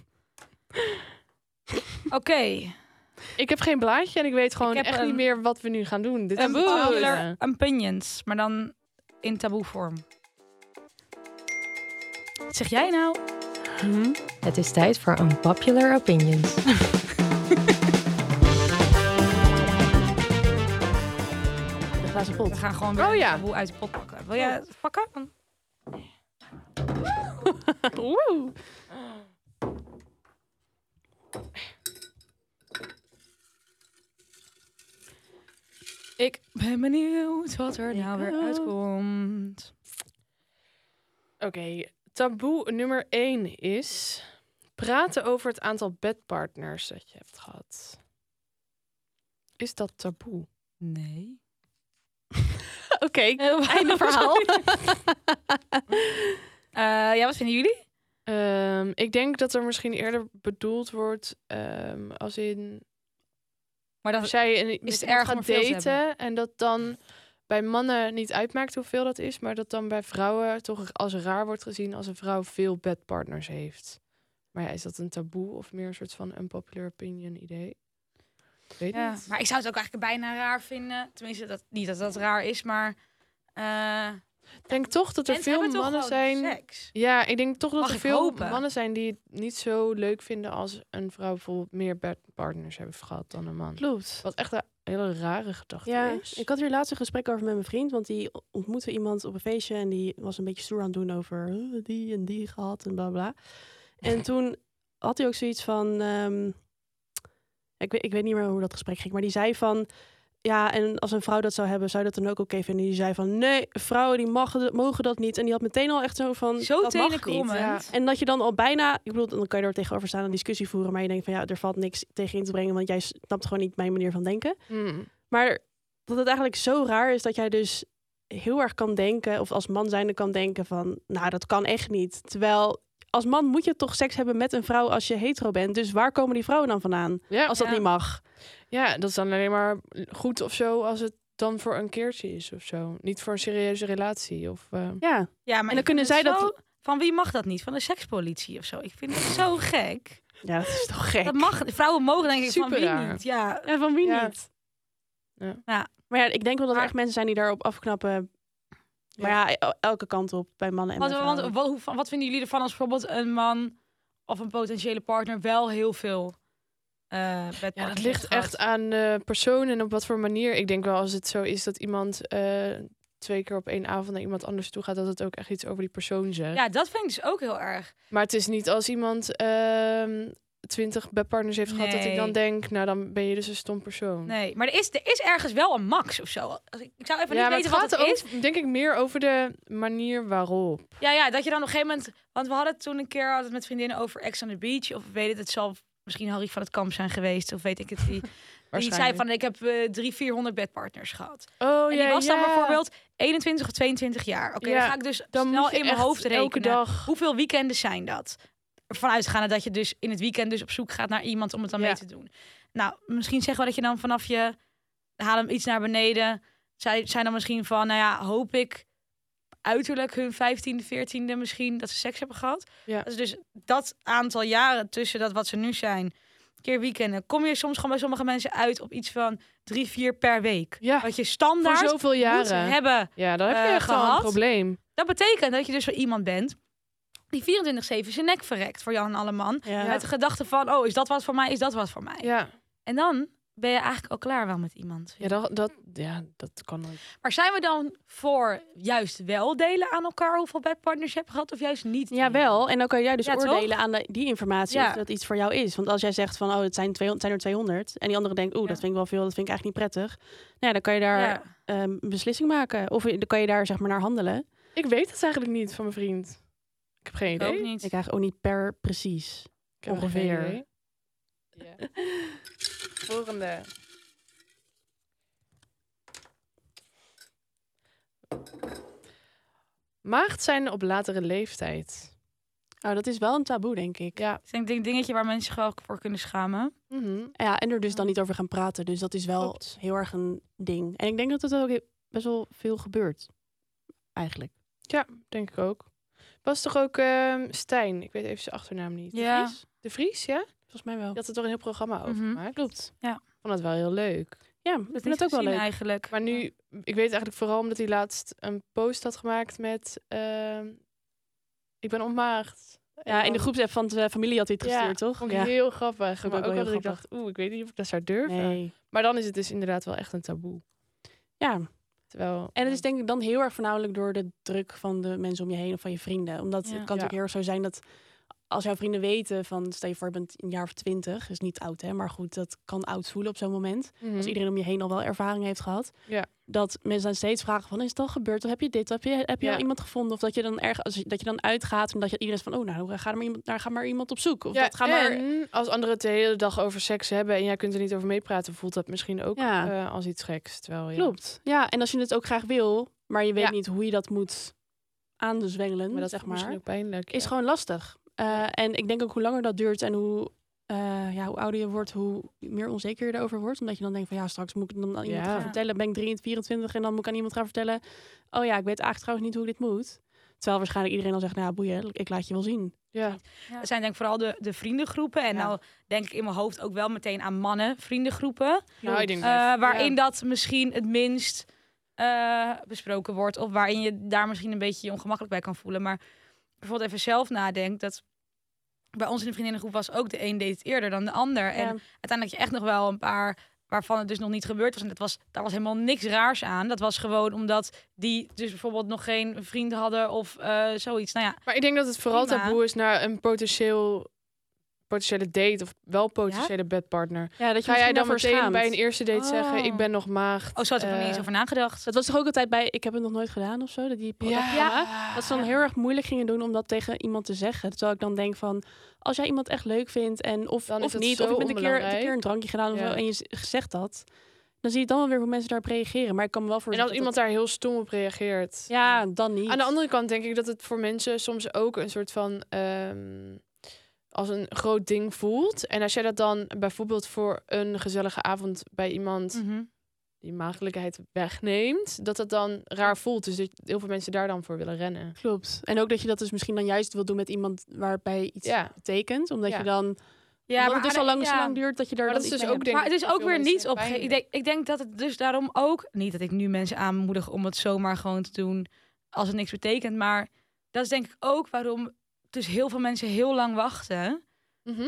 Speaker 1: Oké.
Speaker 4: Ik heb geen blaadje en ik weet gewoon
Speaker 1: Ik heb
Speaker 4: echt
Speaker 1: een-
Speaker 4: niet meer wat we nu gaan doen. Dit is
Speaker 1: Popular opinions, maar dan in taboe vorm. Wat zeg jij nou?
Speaker 5: Het is tijd voor Unpopular Opinions.
Speaker 3: De glazen pot.
Speaker 1: We gaan gewoon weer
Speaker 4: Oh ja.
Speaker 1: een taboe uit de pot pakken. Wil jij het pakken?
Speaker 3: Woe.
Speaker 1: Ik ben benieuwd wat er
Speaker 3: Ik
Speaker 1: nou weer
Speaker 3: ook.
Speaker 1: uitkomt.
Speaker 4: Oké, taboe nummer 1 is... praten over het aantal bedpartners dat je hebt gehad. Is dat taboe?
Speaker 1: Nee.
Speaker 3: Oké, einde verhaal.
Speaker 1: Ja, wat vinden jullie?
Speaker 4: Ik denk dat er misschien eerder bedoeld wordt als in...
Speaker 1: Maar
Speaker 4: Als jij met
Speaker 1: het
Speaker 4: iemand
Speaker 1: erg om
Speaker 4: gaat
Speaker 1: er veel te
Speaker 4: daten en dat dan bij mannen niet uitmaakt hoeveel dat is, maar dat dan bij vrouwen toch als raar wordt gezien als een vrouw veel bedpartners heeft. Maar ja, is dat een taboe of meer een soort van unpopular opinion idee? Ik weet
Speaker 1: Ja,
Speaker 4: niet.
Speaker 1: maar ik zou het ook eigenlijk bijna raar vinden. Tenminste, niet dat dat raar is, maar...
Speaker 4: Ik denk toch dat er
Speaker 1: mensen
Speaker 4: veel
Speaker 1: hebben toch
Speaker 4: mannen
Speaker 1: gewoon
Speaker 4: zijn.
Speaker 1: seks.
Speaker 4: Ja, ik denk toch dat
Speaker 1: Mag
Speaker 4: er
Speaker 1: ik
Speaker 4: veel
Speaker 1: hopen.
Speaker 4: mannen zijn die het niet zo leuk vinden als een vrouw bijvoorbeeld meer bedpartners heeft gehad dan een man.
Speaker 3: Klopt.
Speaker 4: Wat echt een hele rare gedachte
Speaker 3: Ja,
Speaker 4: is.
Speaker 3: ik had hier laatst een gesprek over met mijn vriend, want die ontmoette iemand op een feestje en die was een beetje stoer aan het doen over die en die gehad en bla bla. En toen had hij ook zoiets van... Ik weet niet meer hoe dat gesprek ging. Maar die zei van... Ja, en als een vrouw dat zou hebben, zou je dat dan ook oké vinden? Die zei van, nee, vrouwen die mogen dat niet. En die had meteen al echt zo van,
Speaker 1: Zo
Speaker 3: dat mag niet.
Speaker 1: tenenkrommend.
Speaker 4: Ja.
Speaker 3: En dat je dan al bijna... Ik bedoel, dan kan je er tegenover staan en een discussie voeren. Maar je denkt van, ja, er valt niks tegen in te brengen. Want jij snapt gewoon niet mijn manier van denken. Maar dat het eigenlijk zo raar is dat jij dus heel erg kan denken... of als man zijnde kan denken van... nou, dat kan echt niet. Terwijl als man moet je toch seks hebben met een vrouw als je hetero bent. Dus waar komen die vrouwen dan vandaan?
Speaker 4: Ja.
Speaker 3: Als dat niet mag.
Speaker 4: Ja, dat is dan alleen maar goed of zo als het dan voor een keertje is of zo. Niet voor een serieuze relatie. Of,
Speaker 3: Ja,
Speaker 1: Ja, maar
Speaker 3: dan
Speaker 1: ik
Speaker 3: kunnen
Speaker 1: vind
Speaker 3: zij
Speaker 1: het
Speaker 3: dat-
Speaker 1: zo- Van wie mag dat niet? Van de sekspolitie of zo? Ik vind het zo gek.
Speaker 3: ja, dat is toch gek.
Speaker 1: Dat mag. Vrouwen mogen denk ik van
Speaker 4: Super
Speaker 1: wie
Speaker 4: raar.
Speaker 1: niet. Ja.
Speaker 3: Ja, van wie
Speaker 4: Ja.
Speaker 3: niet?
Speaker 1: Ja.
Speaker 3: Maar ja, ik denk wel dat er
Speaker 1: Maar-
Speaker 3: echt mensen zijn die daarop afknappen. Maar ja, elke kant op, bij mannen en bij vrouwen.
Speaker 1: Wat vinden jullie ervan als bijvoorbeeld een man of een potentiële partner wel heel veel bedpartners
Speaker 4: Ja, dat
Speaker 1: heeft
Speaker 4: ligt
Speaker 1: gehad?
Speaker 4: echt aan de persoon en op wat voor manier. Ik denk wel als het zo is dat iemand 2 keer op 1 avond naar iemand anders toe gaat, dat het ook echt iets over die persoon zegt.
Speaker 1: Ja, dat vind ik dus ook heel erg.
Speaker 4: Maar het is niet als iemand 20 bedpartners heeft gehad, dat ik
Speaker 1: Nee.
Speaker 4: dan denk, nou dan ben je dus een stom persoon.
Speaker 1: Nee, maar er is ergens wel een max of zo. Ik zou even
Speaker 4: Ja,
Speaker 1: niet
Speaker 4: maar
Speaker 1: weten
Speaker 4: het
Speaker 1: wat
Speaker 4: gaat
Speaker 1: het is.
Speaker 4: ook, denk ik, meer over de manier waarop.
Speaker 1: Ja, dat je dan op een gegeven moment... Want we hadden het toen een keer hadden het met vriendinnen over Ex on the Beach. Of weet het zal misschien Harry van het Kamp zijn geweest. Of weet ik het. Die zei van, ik heb 300-400 bedpartners gehad.
Speaker 4: Oh
Speaker 1: En die was dan bijvoorbeeld 21 of 22 jaar. Oké,
Speaker 4: Ja,
Speaker 1: dan ga ik dus
Speaker 4: dan
Speaker 1: snel
Speaker 4: moet je
Speaker 1: in mijn
Speaker 4: echt
Speaker 1: hoofd rekenen.
Speaker 4: elke dag.
Speaker 1: Hoeveel weekenden zijn dat? Ervan uitgaande dat je dus in het weekend dus op zoek gaat naar iemand om het dan
Speaker 4: Ja.
Speaker 1: mee te doen. Nou, misschien zeggen we dat je dan vanaf je... Haal hem iets naar beneden. Zij zijn dan misschien van, nou ja, hoop ik uiterlijk hun 15e, 14e misschien dat ze seks hebben gehad.
Speaker 4: Ja.
Speaker 1: Dat is dus dat aantal jaren tussen dat wat ze nu zijn, keer weekenden, kom je soms gewoon bij sommige mensen uit op iets van 3-4 per week.
Speaker 4: Ja,
Speaker 1: Wat je
Speaker 4: voor
Speaker 1: standaard
Speaker 4: zoveel
Speaker 1: moet
Speaker 4: jaren.
Speaker 1: hebben.
Speaker 4: Ja, dan heb je echt wel een
Speaker 1: gehad.
Speaker 4: probleem.
Speaker 1: Dat betekent dat je dus wel iemand bent die 24/7 zijn nek verrekt voor Jan en Alleman.
Speaker 3: Ja.
Speaker 1: Met de gedachte van, oh, is dat wat voor mij? Is dat wat voor mij?
Speaker 4: Ja,
Speaker 1: En dan ben je eigenlijk al klaar wel met iemand.
Speaker 4: ja, dat kan nooit.
Speaker 1: Maar zijn we dan voor juist wel delen aan elkaar hoeveel bedpartners je hebt gehad of juist niet?
Speaker 3: Ja, wel. En dan kan jij dus
Speaker 1: Ja, toch?
Speaker 3: oordelen aan die informatie
Speaker 1: Ja.
Speaker 3: of dat iets voor jou is. Want als jij zegt van, oh, het zijn er 200. En die andere denkt,
Speaker 1: Ja.
Speaker 3: dat vind ik wel veel, dat vind ik eigenlijk niet prettig. Nou ja, dan kan je daar
Speaker 1: Ja.
Speaker 3: een beslissing maken. Of dan kan je daar zeg maar naar handelen.
Speaker 4: Ik weet het eigenlijk niet van mijn vriend. Ik heb geen
Speaker 1: Ik
Speaker 4: idee.
Speaker 1: ook niet.
Speaker 3: Ik krijg ook niet per precies.
Speaker 4: Ik heb
Speaker 3: Ongeveer.
Speaker 4: geen idee. Ja. Volgende. Maagd zijn op latere leeftijd.
Speaker 3: Oh, dat is wel een taboe, denk ik.
Speaker 4: Ja.
Speaker 1: Ik denk een dingetje waar mensen zich wel voor kunnen schamen.
Speaker 3: Ja, en er dus dan niet over gaan praten. Dus dat is wel
Speaker 4: Klopt.
Speaker 3: heel erg een ding. En ik denk dat het ook best wel veel gebeurt. Eigenlijk.
Speaker 4: Ja, denk ik ook. Was toch ook Stijn? Ik weet even zijn achternaam niet.
Speaker 1: Ja.
Speaker 3: De Vries?
Speaker 4: De Vries, ja?
Speaker 3: Volgens mij wel.
Speaker 4: Die had er toch een heel programma over
Speaker 1: Mhm.
Speaker 4: gemaakt.
Speaker 3: Klopt.
Speaker 4: Ik vond het wel heel leuk.
Speaker 3: Ja, ik
Speaker 1: Dat
Speaker 3: vind
Speaker 1: niet
Speaker 3: het ook wel
Speaker 1: gezien
Speaker 3: leuk.
Speaker 1: eigenlijk.
Speaker 4: Maar nu, ik weet eigenlijk vooral omdat hij laatst een post had gemaakt met... ik ben ontmaagd.
Speaker 3: Ja, in de groepsapp van de familie had hij het gestuurd, toch?
Speaker 4: Vond ik heel grappig.
Speaker 3: Vond ik
Speaker 4: Maar
Speaker 3: ook
Speaker 4: ook
Speaker 3: wel
Speaker 4: dat
Speaker 3: heel
Speaker 4: ik dacht, ik weet niet of ik dat zou durven.
Speaker 3: Nee.
Speaker 4: Maar dan is het dus inderdaad wel echt een taboe.
Speaker 3: Ja,
Speaker 4: Terwijl,
Speaker 3: en het is denk ik dan heel erg voornamelijk door de druk van de mensen om je heen of van je vrienden. Omdat
Speaker 1: Ja.
Speaker 3: het kan natuurlijk heel erg zo zijn dat als jouw vrienden weten van, stel je voor je bent een jaar of 20, is niet oud hè, maar goed, dat kan oud voelen op zo'n moment. Als iedereen om je heen al wel ervaring heeft gehad.
Speaker 4: Ja.
Speaker 3: Dat mensen dan steeds vragen van, is het al gebeurd? Of heb je dit? Heb je
Speaker 4: Ja.
Speaker 3: al iemand gevonden? Of dat je dan dat je dan uitgaat en dat je iedereen is van, oh nou, ga maar iemand op zoek. Of
Speaker 4: Ja,
Speaker 3: dat ga maar.
Speaker 4: en als anderen het de hele dag over seks hebben en jij kunt er niet over meepraten, voelt dat misschien ook
Speaker 3: Ja.
Speaker 4: als iets geks. Terwijl, ja.
Speaker 3: Klopt. Ja, en als je het ook graag wil, maar je weet
Speaker 4: Ja.
Speaker 3: niet hoe je dat moet aanzwengelen,
Speaker 4: Maar dat
Speaker 3: zeg
Speaker 4: is misschien
Speaker 3: maar,
Speaker 4: ook pijnlijk.
Speaker 3: is
Speaker 4: ja.
Speaker 3: gewoon lastig. En ik denk ook hoe langer dat duurt en hoe ouder je wordt, hoe meer onzeker je erover wordt. Omdat je dan denkt van ja, straks moet ik dan aan iemand
Speaker 4: Ja.
Speaker 3: gaan vertellen. Ben ik 24 en dan moet ik aan iemand gaan vertellen. Oh ja, ik weet eigenlijk trouwens niet hoe ik dit moet. Terwijl waarschijnlijk iedereen dan zegt, nou ja, boeien, ik laat je wel zien.
Speaker 4: Ja.
Speaker 1: Het zijn denk ik vooral de vriendengroepen. En
Speaker 3: Ja.
Speaker 1: nou denk ik in mijn hoofd ook wel meteen aan mannen vriendengroepen.
Speaker 4: Nou, ik denk
Speaker 1: Waarin dat misschien het minst besproken wordt. Of waarin je daar misschien een beetje je ongemakkelijk bij kan voelen. Maar bijvoorbeeld even zelf nadenkt dat bij ons in de vriendinnengroep was ook de een deed het eerder dan de ander. En uiteindelijk je echt nog wel een paar waarvan het dus nog niet gebeurd was. En daar was helemaal niks raars aan. Dat was gewoon omdat die dus bijvoorbeeld nog geen vriend hadden of zoiets. Nou ja,
Speaker 4: Maar ik denk dat het vooral
Speaker 1: prima.
Speaker 4: taboe is naar een potentiële date of wel potentiële bedpartner.
Speaker 3: Ja, dat je
Speaker 4: Ga jij
Speaker 3: misschien
Speaker 4: dan
Speaker 3: daarvoor
Speaker 4: meteen
Speaker 3: schaamt.
Speaker 4: bij een eerste date zeggen,
Speaker 1: Oh.
Speaker 4: ik ben nog maagd?
Speaker 1: oh, zo had ik er niet eens over nagedacht.
Speaker 3: Dat was toch ook altijd bij, ik heb het nog nooit gedaan of zo, dat die programma. Dat ze dan heel erg moeilijk gingen doen om dat tegen iemand te zeggen. Terwijl ik dan denk van, als jij iemand echt leuk vindt en of
Speaker 4: Dan is het
Speaker 3: niet,
Speaker 4: zo
Speaker 3: of je bent een
Speaker 4: onbelangrijk.
Speaker 3: keer een drankje gedaan of
Speaker 4: Ja.
Speaker 3: zo en je zegt dat, dan zie je dan wel weer hoe mensen daarop reageren. Maar ik kan me wel
Speaker 4: En
Speaker 3: voorstellen
Speaker 4: als iemand daar heel stom op reageert.
Speaker 3: ja, dan niet.
Speaker 4: Aan de andere kant denk ik dat het voor mensen soms ook een soort van als een groot ding voelt. En als jij dat dan bijvoorbeeld voor een gezellige avond bij iemand die maagdelijkheid wegneemt, dat het dan raar voelt. Dus dat heel veel mensen daar dan voor willen rennen.
Speaker 3: Klopt. En ook dat je dat dus misschien dan juist wil doen met iemand waarbij iets
Speaker 4: Ja.
Speaker 3: betekent. Omdat
Speaker 4: Ja.
Speaker 3: je dan,
Speaker 1: Ja,
Speaker 3: omdat het dus al lang zo lang duurt dat je daar
Speaker 4: Maar
Speaker 3: dan
Speaker 4: dat is
Speaker 3: iets
Speaker 4: dus
Speaker 3: mee
Speaker 4: ook
Speaker 3: hebt.
Speaker 4: denk
Speaker 1: Maar het
Speaker 4: ik
Speaker 1: is
Speaker 4: voor
Speaker 1: ook
Speaker 4: veel
Speaker 1: weer
Speaker 4: mensen
Speaker 1: niet op.
Speaker 4: pijnlijk.
Speaker 1: Ik denk dat het dus daarom ook niet dat ik nu mensen aanmoedig om het zomaar gewoon te doen als het niks betekent. Maar dat is denk ik ook waarom dus heel veel mensen heel lang wachten.
Speaker 4: Mhm.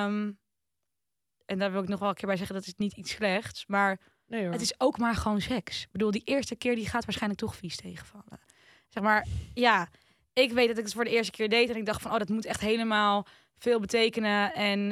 Speaker 1: En daar wil ik nog wel een keer bij zeggen, dat is niet iets slechts. Maar
Speaker 4: Nee hoor.
Speaker 1: het is ook maar gewoon seks. Ik bedoel, die eerste keer die gaat waarschijnlijk toch vies tegenvallen. Zeg maar, ja, ik weet dat ik het voor de eerste keer deed. En ik dacht van, oh, dat moet echt helemaal veel betekenen. En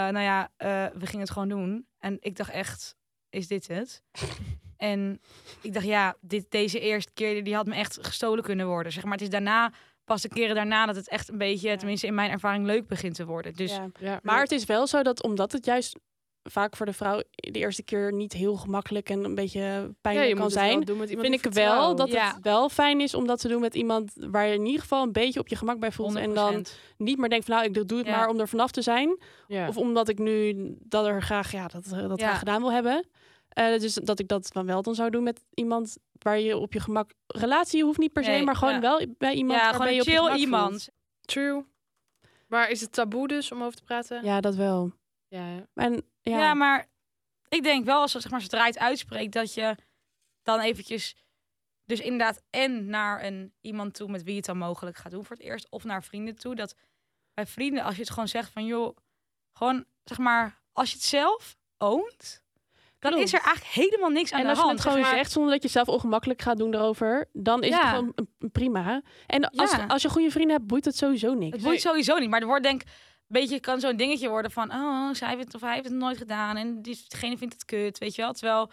Speaker 1: we gingen het gewoon doen. En ik dacht echt, is dit het? En ik dacht, ja, deze eerste keer die had me echt gestolen kunnen worden. Zeg maar, het is daarna, pas de keren daarna, dat het echt een beetje, tenminste in mijn ervaring, leuk begint te worden. Dus
Speaker 3: Ja.
Speaker 4: Ja.
Speaker 3: Maar het is wel zo dat omdat het juist vaak voor de vrouw de eerste keer niet heel gemakkelijk en een beetje pijnlijk kan zijn, vind ik wel dat
Speaker 1: Ja.
Speaker 3: het wel fijn is om dat te doen met iemand waar je in ieder geval een beetje op je gemak bij voelt.
Speaker 1: 100%.
Speaker 3: En dan niet meer denkt van nou, ik doe het
Speaker 1: Ja.
Speaker 3: maar om er vanaf te zijn.
Speaker 4: Ja.
Speaker 3: Of omdat ik nu dat er graag, graag gedaan wil hebben. Dus dat ik dat wel dan zou doen met iemand waar je op je gemak... Relatie hoeft niet per se,
Speaker 1: Nee,
Speaker 3: maar gewoon
Speaker 1: ja.
Speaker 3: wel bij iemand
Speaker 1: ja,
Speaker 3: waarbij
Speaker 1: gewoon
Speaker 3: je
Speaker 1: een
Speaker 3: op je
Speaker 1: chill
Speaker 3: gemak
Speaker 1: iemand.
Speaker 3: voelt.
Speaker 4: True. Maar is het taboe dus om over te praten?
Speaker 3: Ja, dat wel.
Speaker 4: Ja, ja.
Speaker 3: En,
Speaker 1: Ja. maar ik denk wel, als zeg maar, zodra je het uitspreekt, dat je dan eventjes dus inderdaad en naar iemand toe met wie je het dan mogelijk gaat doen voor het eerst, of naar vrienden toe. Dat bij vrienden, als je het gewoon zegt van joh, gewoon zeg maar, als je het zelf oont, dan
Speaker 3: Klopt.
Speaker 1: is er eigenlijk helemaal niks aan
Speaker 3: En
Speaker 1: de
Speaker 3: als je
Speaker 1: hand.
Speaker 3: het gewoon
Speaker 1: zeg maar.
Speaker 3: zegt zonder dat je zelf ongemakkelijk gaat doen erover, dan is het
Speaker 1: Ja.
Speaker 3: gewoon prima. En
Speaker 1: Ja.
Speaker 3: als je goede vrienden hebt, boeit het sowieso niks.
Speaker 1: Het boeit sowieso niet, maar er wordt denk ik een beetje, kan zo'n dingetje worden van oh, zij heeft het of hij heeft het nooit gedaan en diegene vindt het kut, weet je wel. Terwijl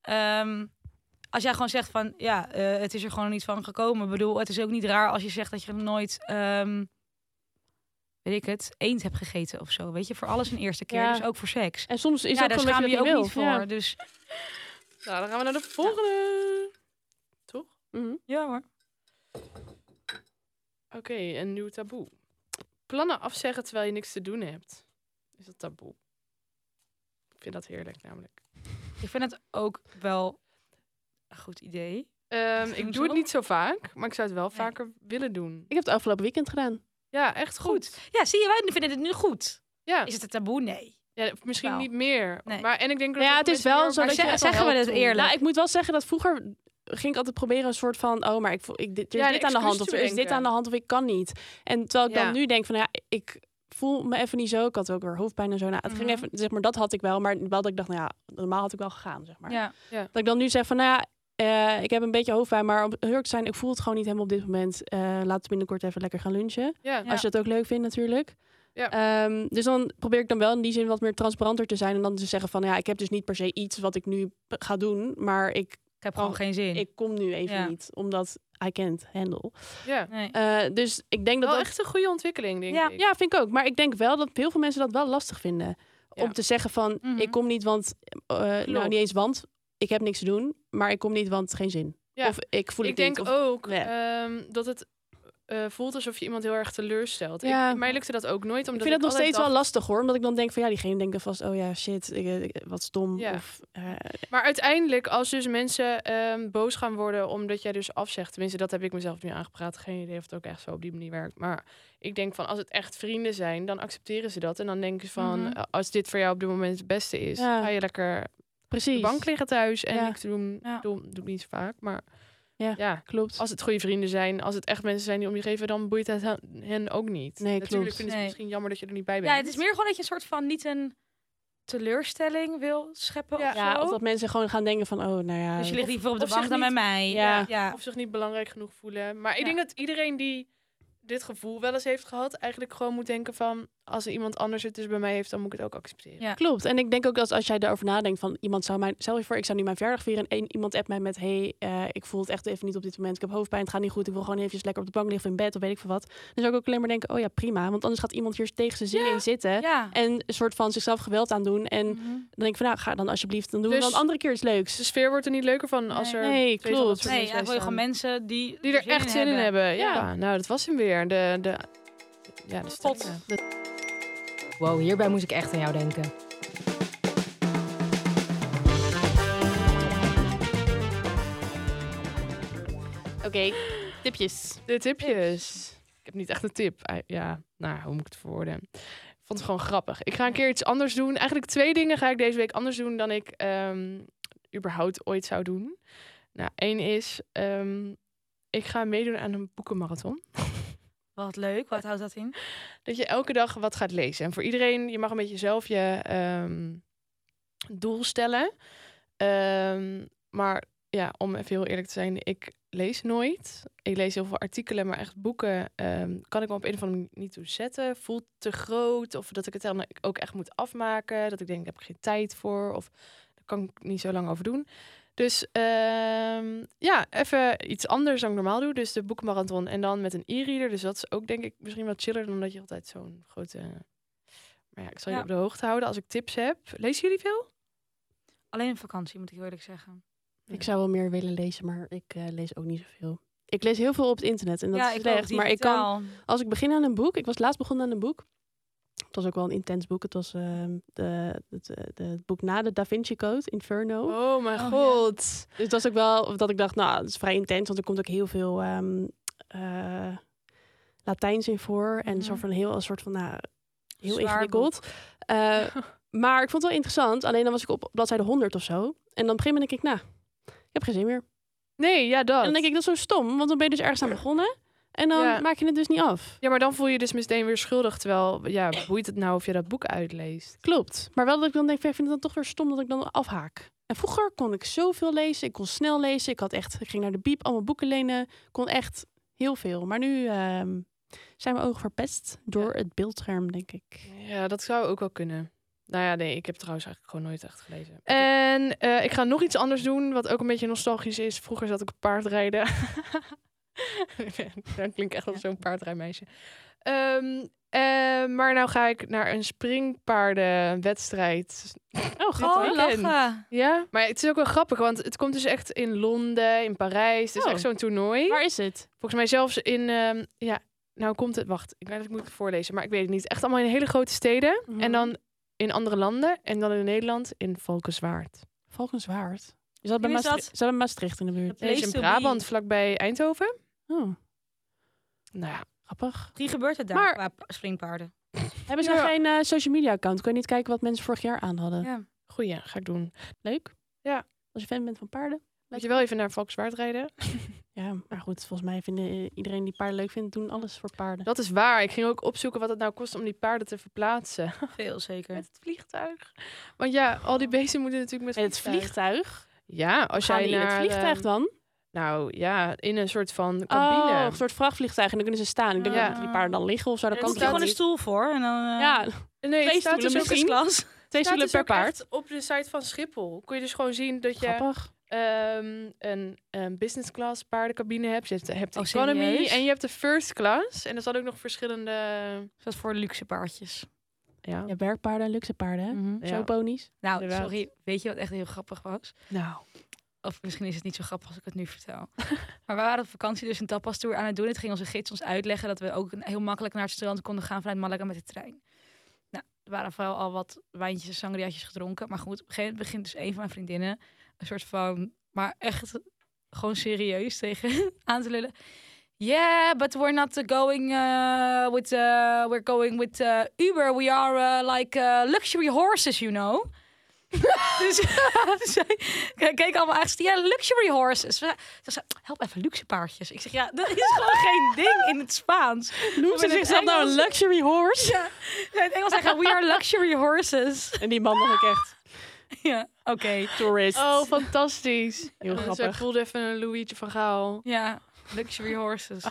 Speaker 1: als jij gewoon zegt van ja, het is er gewoon niet van gekomen. Ik bedoel, het is ook niet raar als je zegt dat je nooit weet ik het, eend hebt gegeten of zo, weet je, voor alles een eerste keer,
Speaker 3: Ja.
Speaker 1: dus ook voor seks.
Speaker 3: En soms is
Speaker 1: Ja,
Speaker 3: dat
Speaker 1: daar
Speaker 3: gewoon
Speaker 1: schaam
Speaker 3: dat
Speaker 1: je
Speaker 3: je
Speaker 1: ook
Speaker 3: dat
Speaker 1: niet
Speaker 3: wil.
Speaker 1: voor.
Speaker 3: Ja.
Speaker 1: Dus
Speaker 4: Nou, dan gaan we naar de volgende. Toch?
Speaker 3: Mhm.
Speaker 1: ja hoor.
Speaker 4: Oké, een nieuw taboe. Plannen afzeggen terwijl je niks te doen hebt. Is dat taboe? Ik vind dat heerlijk namelijk.
Speaker 1: Ik vind het ook wel een goed idee.
Speaker 4: Ik doe het niet zo vaak, maar ik zou het wel
Speaker 1: Nee.
Speaker 4: vaker willen doen.
Speaker 3: Ik heb het afgelopen weekend gedaan.
Speaker 4: Ja, echt goed.
Speaker 1: Ja, zie je, wij vinden het nu goed.
Speaker 4: Ja,
Speaker 1: Is het een taboe? Nee.
Speaker 4: ja misschien
Speaker 1: Wel.
Speaker 4: niet meer.
Speaker 1: Nee.
Speaker 4: Maar en ik denk dat
Speaker 3: Ja,
Speaker 4: heel
Speaker 3: het is
Speaker 4: veel
Speaker 3: wel
Speaker 4: mensen
Speaker 3: zo
Speaker 4: meer-
Speaker 3: dat
Speaker 4: maar
Speaker 3: je
Speaker 1: zeggen we het eerlijk?
Speaker 3: Nou, ik moet wel zeggen dat vroeger ging ik altijd proberen een soort van er
Speaker 4: Ja,
Speaker 3: is
Speaker 4: een
Speaker 3: dit aan de
Speaker 4: excuus
Speaker 3: hand of
Speaker 4: te
Speaker 3: er is dit
Speaker 4: bedenken.
Speaker 3: aan de hand of ik kan niet. En terwijl ik
Speaker 4: Ja.
Speaker 3: dan nu denk van ik voel me even niet zo. Ik had ook weer hoofdpijn en zo. Nou, het ging even, zeg maar, dat had ik wel, maar wel dat ik dacht, normaal had ik wel gegaan, zeg maar.
Speaker 1: Ja.
Speaker 3: Dat ik dan nu zeg van, ik heb een beetje hoofdpijn, maar om heel erg te zijn, ik voel het gewoon niet helemaal op dit moment. Laten we binnenkort even lekker gaan lunchen.
Speaker 4: Ja.
Speaker 1: Ja.
Speaker 3: Als je dat ook leuk vindt, natuurlijk.
Speaker 4: Ja.
Speaker 3: Dus dan probeer ik dan wel in die zin wat meer transparanter te zijn. En dan te zeggen van, ik heb dus niet per se iets wat ik nu ga doen. Maar ik
Speaker 1: Ik heb gewoon geen zin.
Speaker 3: ik kom nu even
Speaker 1: Ja.
Speaker 3: niet. Omdat I can't handle.
Speaker 4: Ja.
Speaker 1: Nee.
Speaker 3: Dus ik denk dat
Speaker 4: Wel
Speaker 3: dat...
Speaker 4: echt een goede ontwikkeling, denk
Speaker 1: Ja.
Speaker 4: ik.
Speaker 3: Ja, vind ik ook. Maar ik denk wel dat heel veel mensen dat wel lastig vinden.
Speaker 4: Ja.
Speaker 3: Om te zeggen van,
Speaker 1: Mhm.
Speaker 3: ik kom niet, want... nou, niet eens want. Ik heb niks te doen. Maar ik kom niet, want geen zin.
Speaker 4: Ja.
Speaker 3: Of ik voel
Speaker 4: Ik
Speaker 3: het niet.
Speaker 4: denk
Speaker 3: Of,
Speaker 4: ook
Speaker 3: Ja.
Speaker 4: dat het voelt alsof je iemand heel erg teleurstelt.
Speaker 3: Ja.
Speaker 4: Mij lukte dat ook nooit.
Speaker 3: ik
Speaker 4: Omdat
Speaker 3: vind het nog
Speaker 4: altijd
Speaker 3: steeds wel
Speaker 4: dacht-
Speaker 3: lastig hoor. Omdat ik dan denk van, diegene denkt dan vast... oh ja, shit, wat stom.
Speaker 4: Ja.
Speaker 3: Of,
Speaker 4: Maar uiteindelijk, als dus mensen boos gaan worden omdat jij dus afzegt. Tenminste, dat heb ik mezelf nu aangepraat. Geen idee of het ook echt zo op die manier werkt. Maar ik denk van, als het echt vrienden zijn, dan accepteren ze dat. En dan denken ze van,
Speaker 1: Mhm.
Speaker 4: als dit voor jou op dit moment het beste is,
Speaker 3: Ja.
Speaker 4: ga je lekker op
Speaker 3: precies.
Speaker 4: de bank liggen thuis en
Speaker 3: Ja.
Speaker 4: niks doen.
Speaker 1: Ja.
Speaker 4: Doe ik niet zo vaak, maar
Speaker 3: Ja.
Speaker 4: ja.
Speaker 3: Klopt.
Speaker 4: Als het goede vrienden zijn, als het echt mensen zijn die om je geven, dan boeit het hen ook niet.
Speaker 3: Nee,
Speaker 4: Natuurlijk
Speaker 3: klopt.
Speaker 4: vinden ze
Speaker 1: Nee.
Speaker 4: misschien jammer dat je er niet bij bent.
Speaker 1: Ja, het is meer gewoon dat je een soort van niet een teleurstelling wil scheppen
Speaker 4: Ja.
Speaker 1: of zo.
Speaker 3: Ja, of dat mensen gewoon gaan denken van, oh, nou ja.
Speaker 1: Dus je ligt liever op de
Speaker 4: of
Speaker 1: bank
Speaker 4: zich
Speaker 1: dan met
Speaker 4: niet-
Speaker 1: mij.
Speaker 3: Ja.
Speaker 4: Of zich niet belangrijk genoeg voelen. Maar ik
Speaker 1: Ja.
Speaker 4: denk dat iedereen die dit gevoel wel eens heeft gehad, eigenlijk gewoon moet denken van, als er iemand anders het dus bij mij heeft, dan moet ik het ook accepteren.
Speaker 1: Ja.
Speaker 3: Klopt. En ik denk ook als jij erover nadenkt van iemand zou mij, stel je voor, ik zou nu mijn verjaardag vieren en iemand appt mij met, hey, ik voel het echt even niet op dit moment. Ik heb hoofdpijn, het gaat niet goed. Ik wil gewoon even lekker op de bank liggen of in bed of weet ik veel wat. Dan zou ik ook alleen maar denken, oh ja, prima. Want anders gaat iemand hier tegen zijn zin in zitten
Speaker 1: Ja.
Speaker 3: en een soort van zichzelf geweld aan doen. En
Speaker 1: Mhm.
Speaker 3: dan denk ik van, nou, ga dan alsjeblieft, dan doen we
Speaker 4: Dus-
Speaker 3: dan een andere keer iets leuks.
Speaker 4: De sfeer wordt er niet leuker van als er
Speaker 3: Nee,
Speaker 4: twee van dat
Speaker 3: klopt.
Speaker 4: soort
Speaker 1: Nee,
Speaker 4: mensen
Speaker 1: ja, wil je
Speaker 4: staan.
Speaker 1: gewoon mensen die
Speaker 4: Die er echt zin in hebben. Ja.
Speaker 3: Ja.
Speaker 4: Nou, dat was hem weer. De
Speaker 1: Pot.
Speaker 4: stellingen.
Speaker 5: Wow, hierbij moest ik echt aan jou denken.
Speaker 3: Oké, tipjes.
Speaker 4: De tipjes. Ik heb niet echt een tip. Ja, nou, hoe moet ik het verwoorden? Ik vond het gewoon grappig. Ik ga een keer iets anders doen. Eigenlijk 2 dingen ga ik deze week anders doen dan ik überhaupt ooit zou doen. Nou, 1 is, ik ga meedoen aan een boekenmarathon.
Speaker 1: Wat leuk. Wat houdt dat in?
Speaker 4: Dat je elke dag wat gaat lezen. En voor iedereen, je mag een beetje zelf je doel stellen. Maar ja, om even heel eerlijk te zijn, ik lees nooit. Ik lees heel veel artikelen, maar echt boeken kan ik me op een of andere manier niet toe zetten. Voelt te groot of dat ik het dan ook echt moet afmaken. Dat ik denk, ik heb er geen tijd voor of daar kan ik niet zo lang over doen. Dus ja, even iets anders dan ik normaal doe. Dus de boekenmarathon en dan met een e-reader. Dus dat is ook denk ik misschien wat chiller dan dat je altijd zo'n grote... Maar ja, ik zal je
Speaker 1: Ja.
Speaker 4: op de hoogte houden als ik tips heb. Lezen jullie veel?
Speaker 1: Alleen op vakantie, moet ik heel eerlijk zeggen.
Speaker 3: Ik zou wel meer willen lezen, maar ik lees ook niet zoveel. Ik lees heel veel op het internet en dat is
Speaker 1: ik
Speaker 3: slecht.
Speaker 1: ook,
Speaker 3: Maar ik kan,
Speaker 1: digitaal.
Speaker 3: als ik begin aan een boek, ik was laatst begonnen aan een boek. Het was ook wel een intens boek. Het was het boek na de Da Vinci Code, Inferno.
Speaker 4: Oh mijn
Speaker 1: Oh,
Speaker 4: god.
Speaker 3: Dus dat was ook wel dat ik dacht, nou, dat is vrij intens, want er komt ook heel veel Latijns in voor en
Speaker 1: Mhm.
Speaker 3: een soort van heel
Speaker 1: Zwaar
Speaker 3: ingewikkeld. Maar ik vond het wel interessant. Alleen dan was ik op bladzijde 100 of zo. En dan op een gegeven moment denk ik, nou, ik heb geen zin meer.
Speaker 4: Nee, ja, dat.
Speaker 3: En dan denk ik, dat is zo stom, want dan ben je dus ergens aan begonnen. En dan
Speaker 4: Ja.
Speaker 3: maak je het dus niet af.
Speaker 4: Ja, maar dan voel je dus meteen weer schuldig. Terwijl, ja, boeit het nou of je dat boek uitleest?
Speaker 3: Klopt. Maar wel dat ik dan denk, ik vind het dan toch weer stom dat ik dan afhaak. En vroeger kon ik zoveel lezen. Ik kon snel lezen. Ik ging naar de bieb, allemaal boeken lenen. Kon echt heel veel. Maar nu zijn mijn ogen verpest door het beeldscherm, denk ik.
Speaker 4: Ja, dat zou ook wel kunnen. Nou ja, nee, ik heb trouwens eigenlijk gewoon nooit echt gelezen. En ik ga nog iets anders doen, wat ook een beetje nostalgisch is. Vroeger zat ik op paardrijden. Dat klinkt echt als zo'n paardrijmeisje. Maar nou ga ik naar een springpaardenwedstrijd.
Speaker 1: Oh,
Speaker 4: weekend.
Speaker 1: lachen.
Speaker 4: Ja, maar het is ook wel grappig, want het komt dus echt in Londen, in Parijs. Het is
Speaker 3: Oh.
Speaker 4: echt zo'n toernooi.
Speaker 3: Waar is het?
Speaker 4: Volgens mij zelfs in, nou komt het, wacht, ik weet dat moet ik voorlezen, maar ik weet het niet. Echt allemaal in hele grote steden
Speaker 3: Mhm.
Speaker 4: en dan in andere landen en dan in Nederland in Valkenswaard.
Speaker 3: Valkenswaard. Is dat bij
Speaker 1: En is dat-
Speaker 3: Maastricht? Is dat bij Maastricht in de buurt?
Speaker 1: De
Speaker 4: Dat is
Speaker 1: place
Speaker 4: in
Speaker 1: to
Speaker 4: Brabant,
Speaker 1: be.
Speaker 4: vlakbij Eindhoven.
Speaker 3: Oh,
Speaker 4: Nou ja,
Speaker 3: grappig.
Speaker 1: Die gebeurt het daar
Speaker 3: Maar-
Speaker 1: qua springpaarden.
Speaker 3: Hebben ze
Speaker 4: Ja.
Speaker 3: geen social media account? Kun je niet kijken wat mensen vorig jaar aan hadden?
Speaker 1: Ja.
Speaker 4: goeie, ga ik doen.
Speaker 3: Leuk?
Speaker 4: Ja.
Speaker 3: Als je fan bent van paarden?
Speaker 4: Moet je wel even naar Valkenswaard rijden?
Speaker 3: Ja, maar goed, volgens mij vinden iedereen die paarden leuk vindt, doen alles voor paarden.
Speaker 4: Dat is waar. Ik ging ook opzoeken wat het nou kost om die paarden te verplaatsen.
Speaker 1: Veel zeker.
Speaker 4: Met het vliegtuig. Want ja, al die beesten moeten natuurlijk met
Speaker 3: En het vliegtuig?
Speaker 4: Ja, als
Speaker 3: Gaan
Speaker 4: jij
Speaker 3: die in
Speaker 4: naar
Speaker 3: het vliegtuig dan?
Speaker 4: Nou ja, in een soort van cabine.
Speaker 3: Oh, een soort vrachtvliegtuig en dan kunnen ze staan. Ik denk
Speaker 1: Ja.
Speaker 3: dat die paarden dan liggen of zo. Dat
Speaker 4: En
Speaker 3: kan
Speaker 1: Moet je
Speaker 3: toch
Speaker 1: gewoon een
Speaker 3: niet?
Speaker 1: stoel voor en dan...
Speaker 3: Ja,
Speaker 4: Nee, het
Speaker 3: twee
Speaker 4: staat dus
Speaker 3: stoelen
Speaker 4: ook
Speaker 3: misschien.
Speaker 1: klas.
Speaker 3: 2
Speaker 4: staat
Speaker 3: stoelen
Speaker 4: dus
Speaker 3: per
Speaker 4: ook
Speaker 3: paard.
Speaker 4: echt op de site van Schiphol kon je dus gewoon zien dat je
Speaker 3: Grappig.
Speaker 4: een business class paardencabine hebt. Je hebt de
Speaker 1: Oh,
Speaker 4: economy
Speaker 1: serieus?
Speaker 4: en je hebt de first class. En er zat ook nog verschillende...
Speaker 1: Dat is voor luxe paardjes.
Speaker 4: Ja.
Speaker 3: Ja, werkpaarden en luxe paarden, hè?
Speaker 1: Mhm.
Speaker 4: Ja.
Speaker 3: Showponies.
Speaker 1: Nou,
Speaker 4: Inderdaad.
Speaker 1: sorry. Weet je wat echt heel grappig was?
Speaker 4: Nou.
Speaker 1: Of misschien is het niet zo grappig als ik het nu vertel. Maar we waren op vakantie dus een tapastour aan het doen. Het ging onze gids ons uitleggen dat we ook heel makkelijk naar het strand konden gaan vanuit Malaga met de trein. Nou, er waren vooral al wat wijntjes en sangriaatjes gedronken. Maar goed, op een gegeven moment begint dus een van mijn vriendinnen een soort van, maar echt gewoon serieus tegen aan te lullen. Yeah, but we're not going with, we're going with Uber. We are like luxury horses, you know. Dus zij keken allemaal echt, ja, luxury horses. Ze zei, help even, luxe paardjes. Ik zeg, ja, dat is gewoon geen ding in het Spaans.
Speaker 3: Noemt ze zichzelf nou een luxury horse?
Speaker 1: Ja, in het Engels zeggen, we are luxury horses.
Speaker 3: En die man nog ook echt.
Speaker 1: Ja, oké.
Speaker 3: Tourist.
Speaker 4: Oh, fantastisch.
Speaker 3: Heel
Speaker 4: Zij
Speaker 3: grappig.
Speaker 4: voelde even een Louietje van Gaal.
Speaker 1: Ja, luxury horses.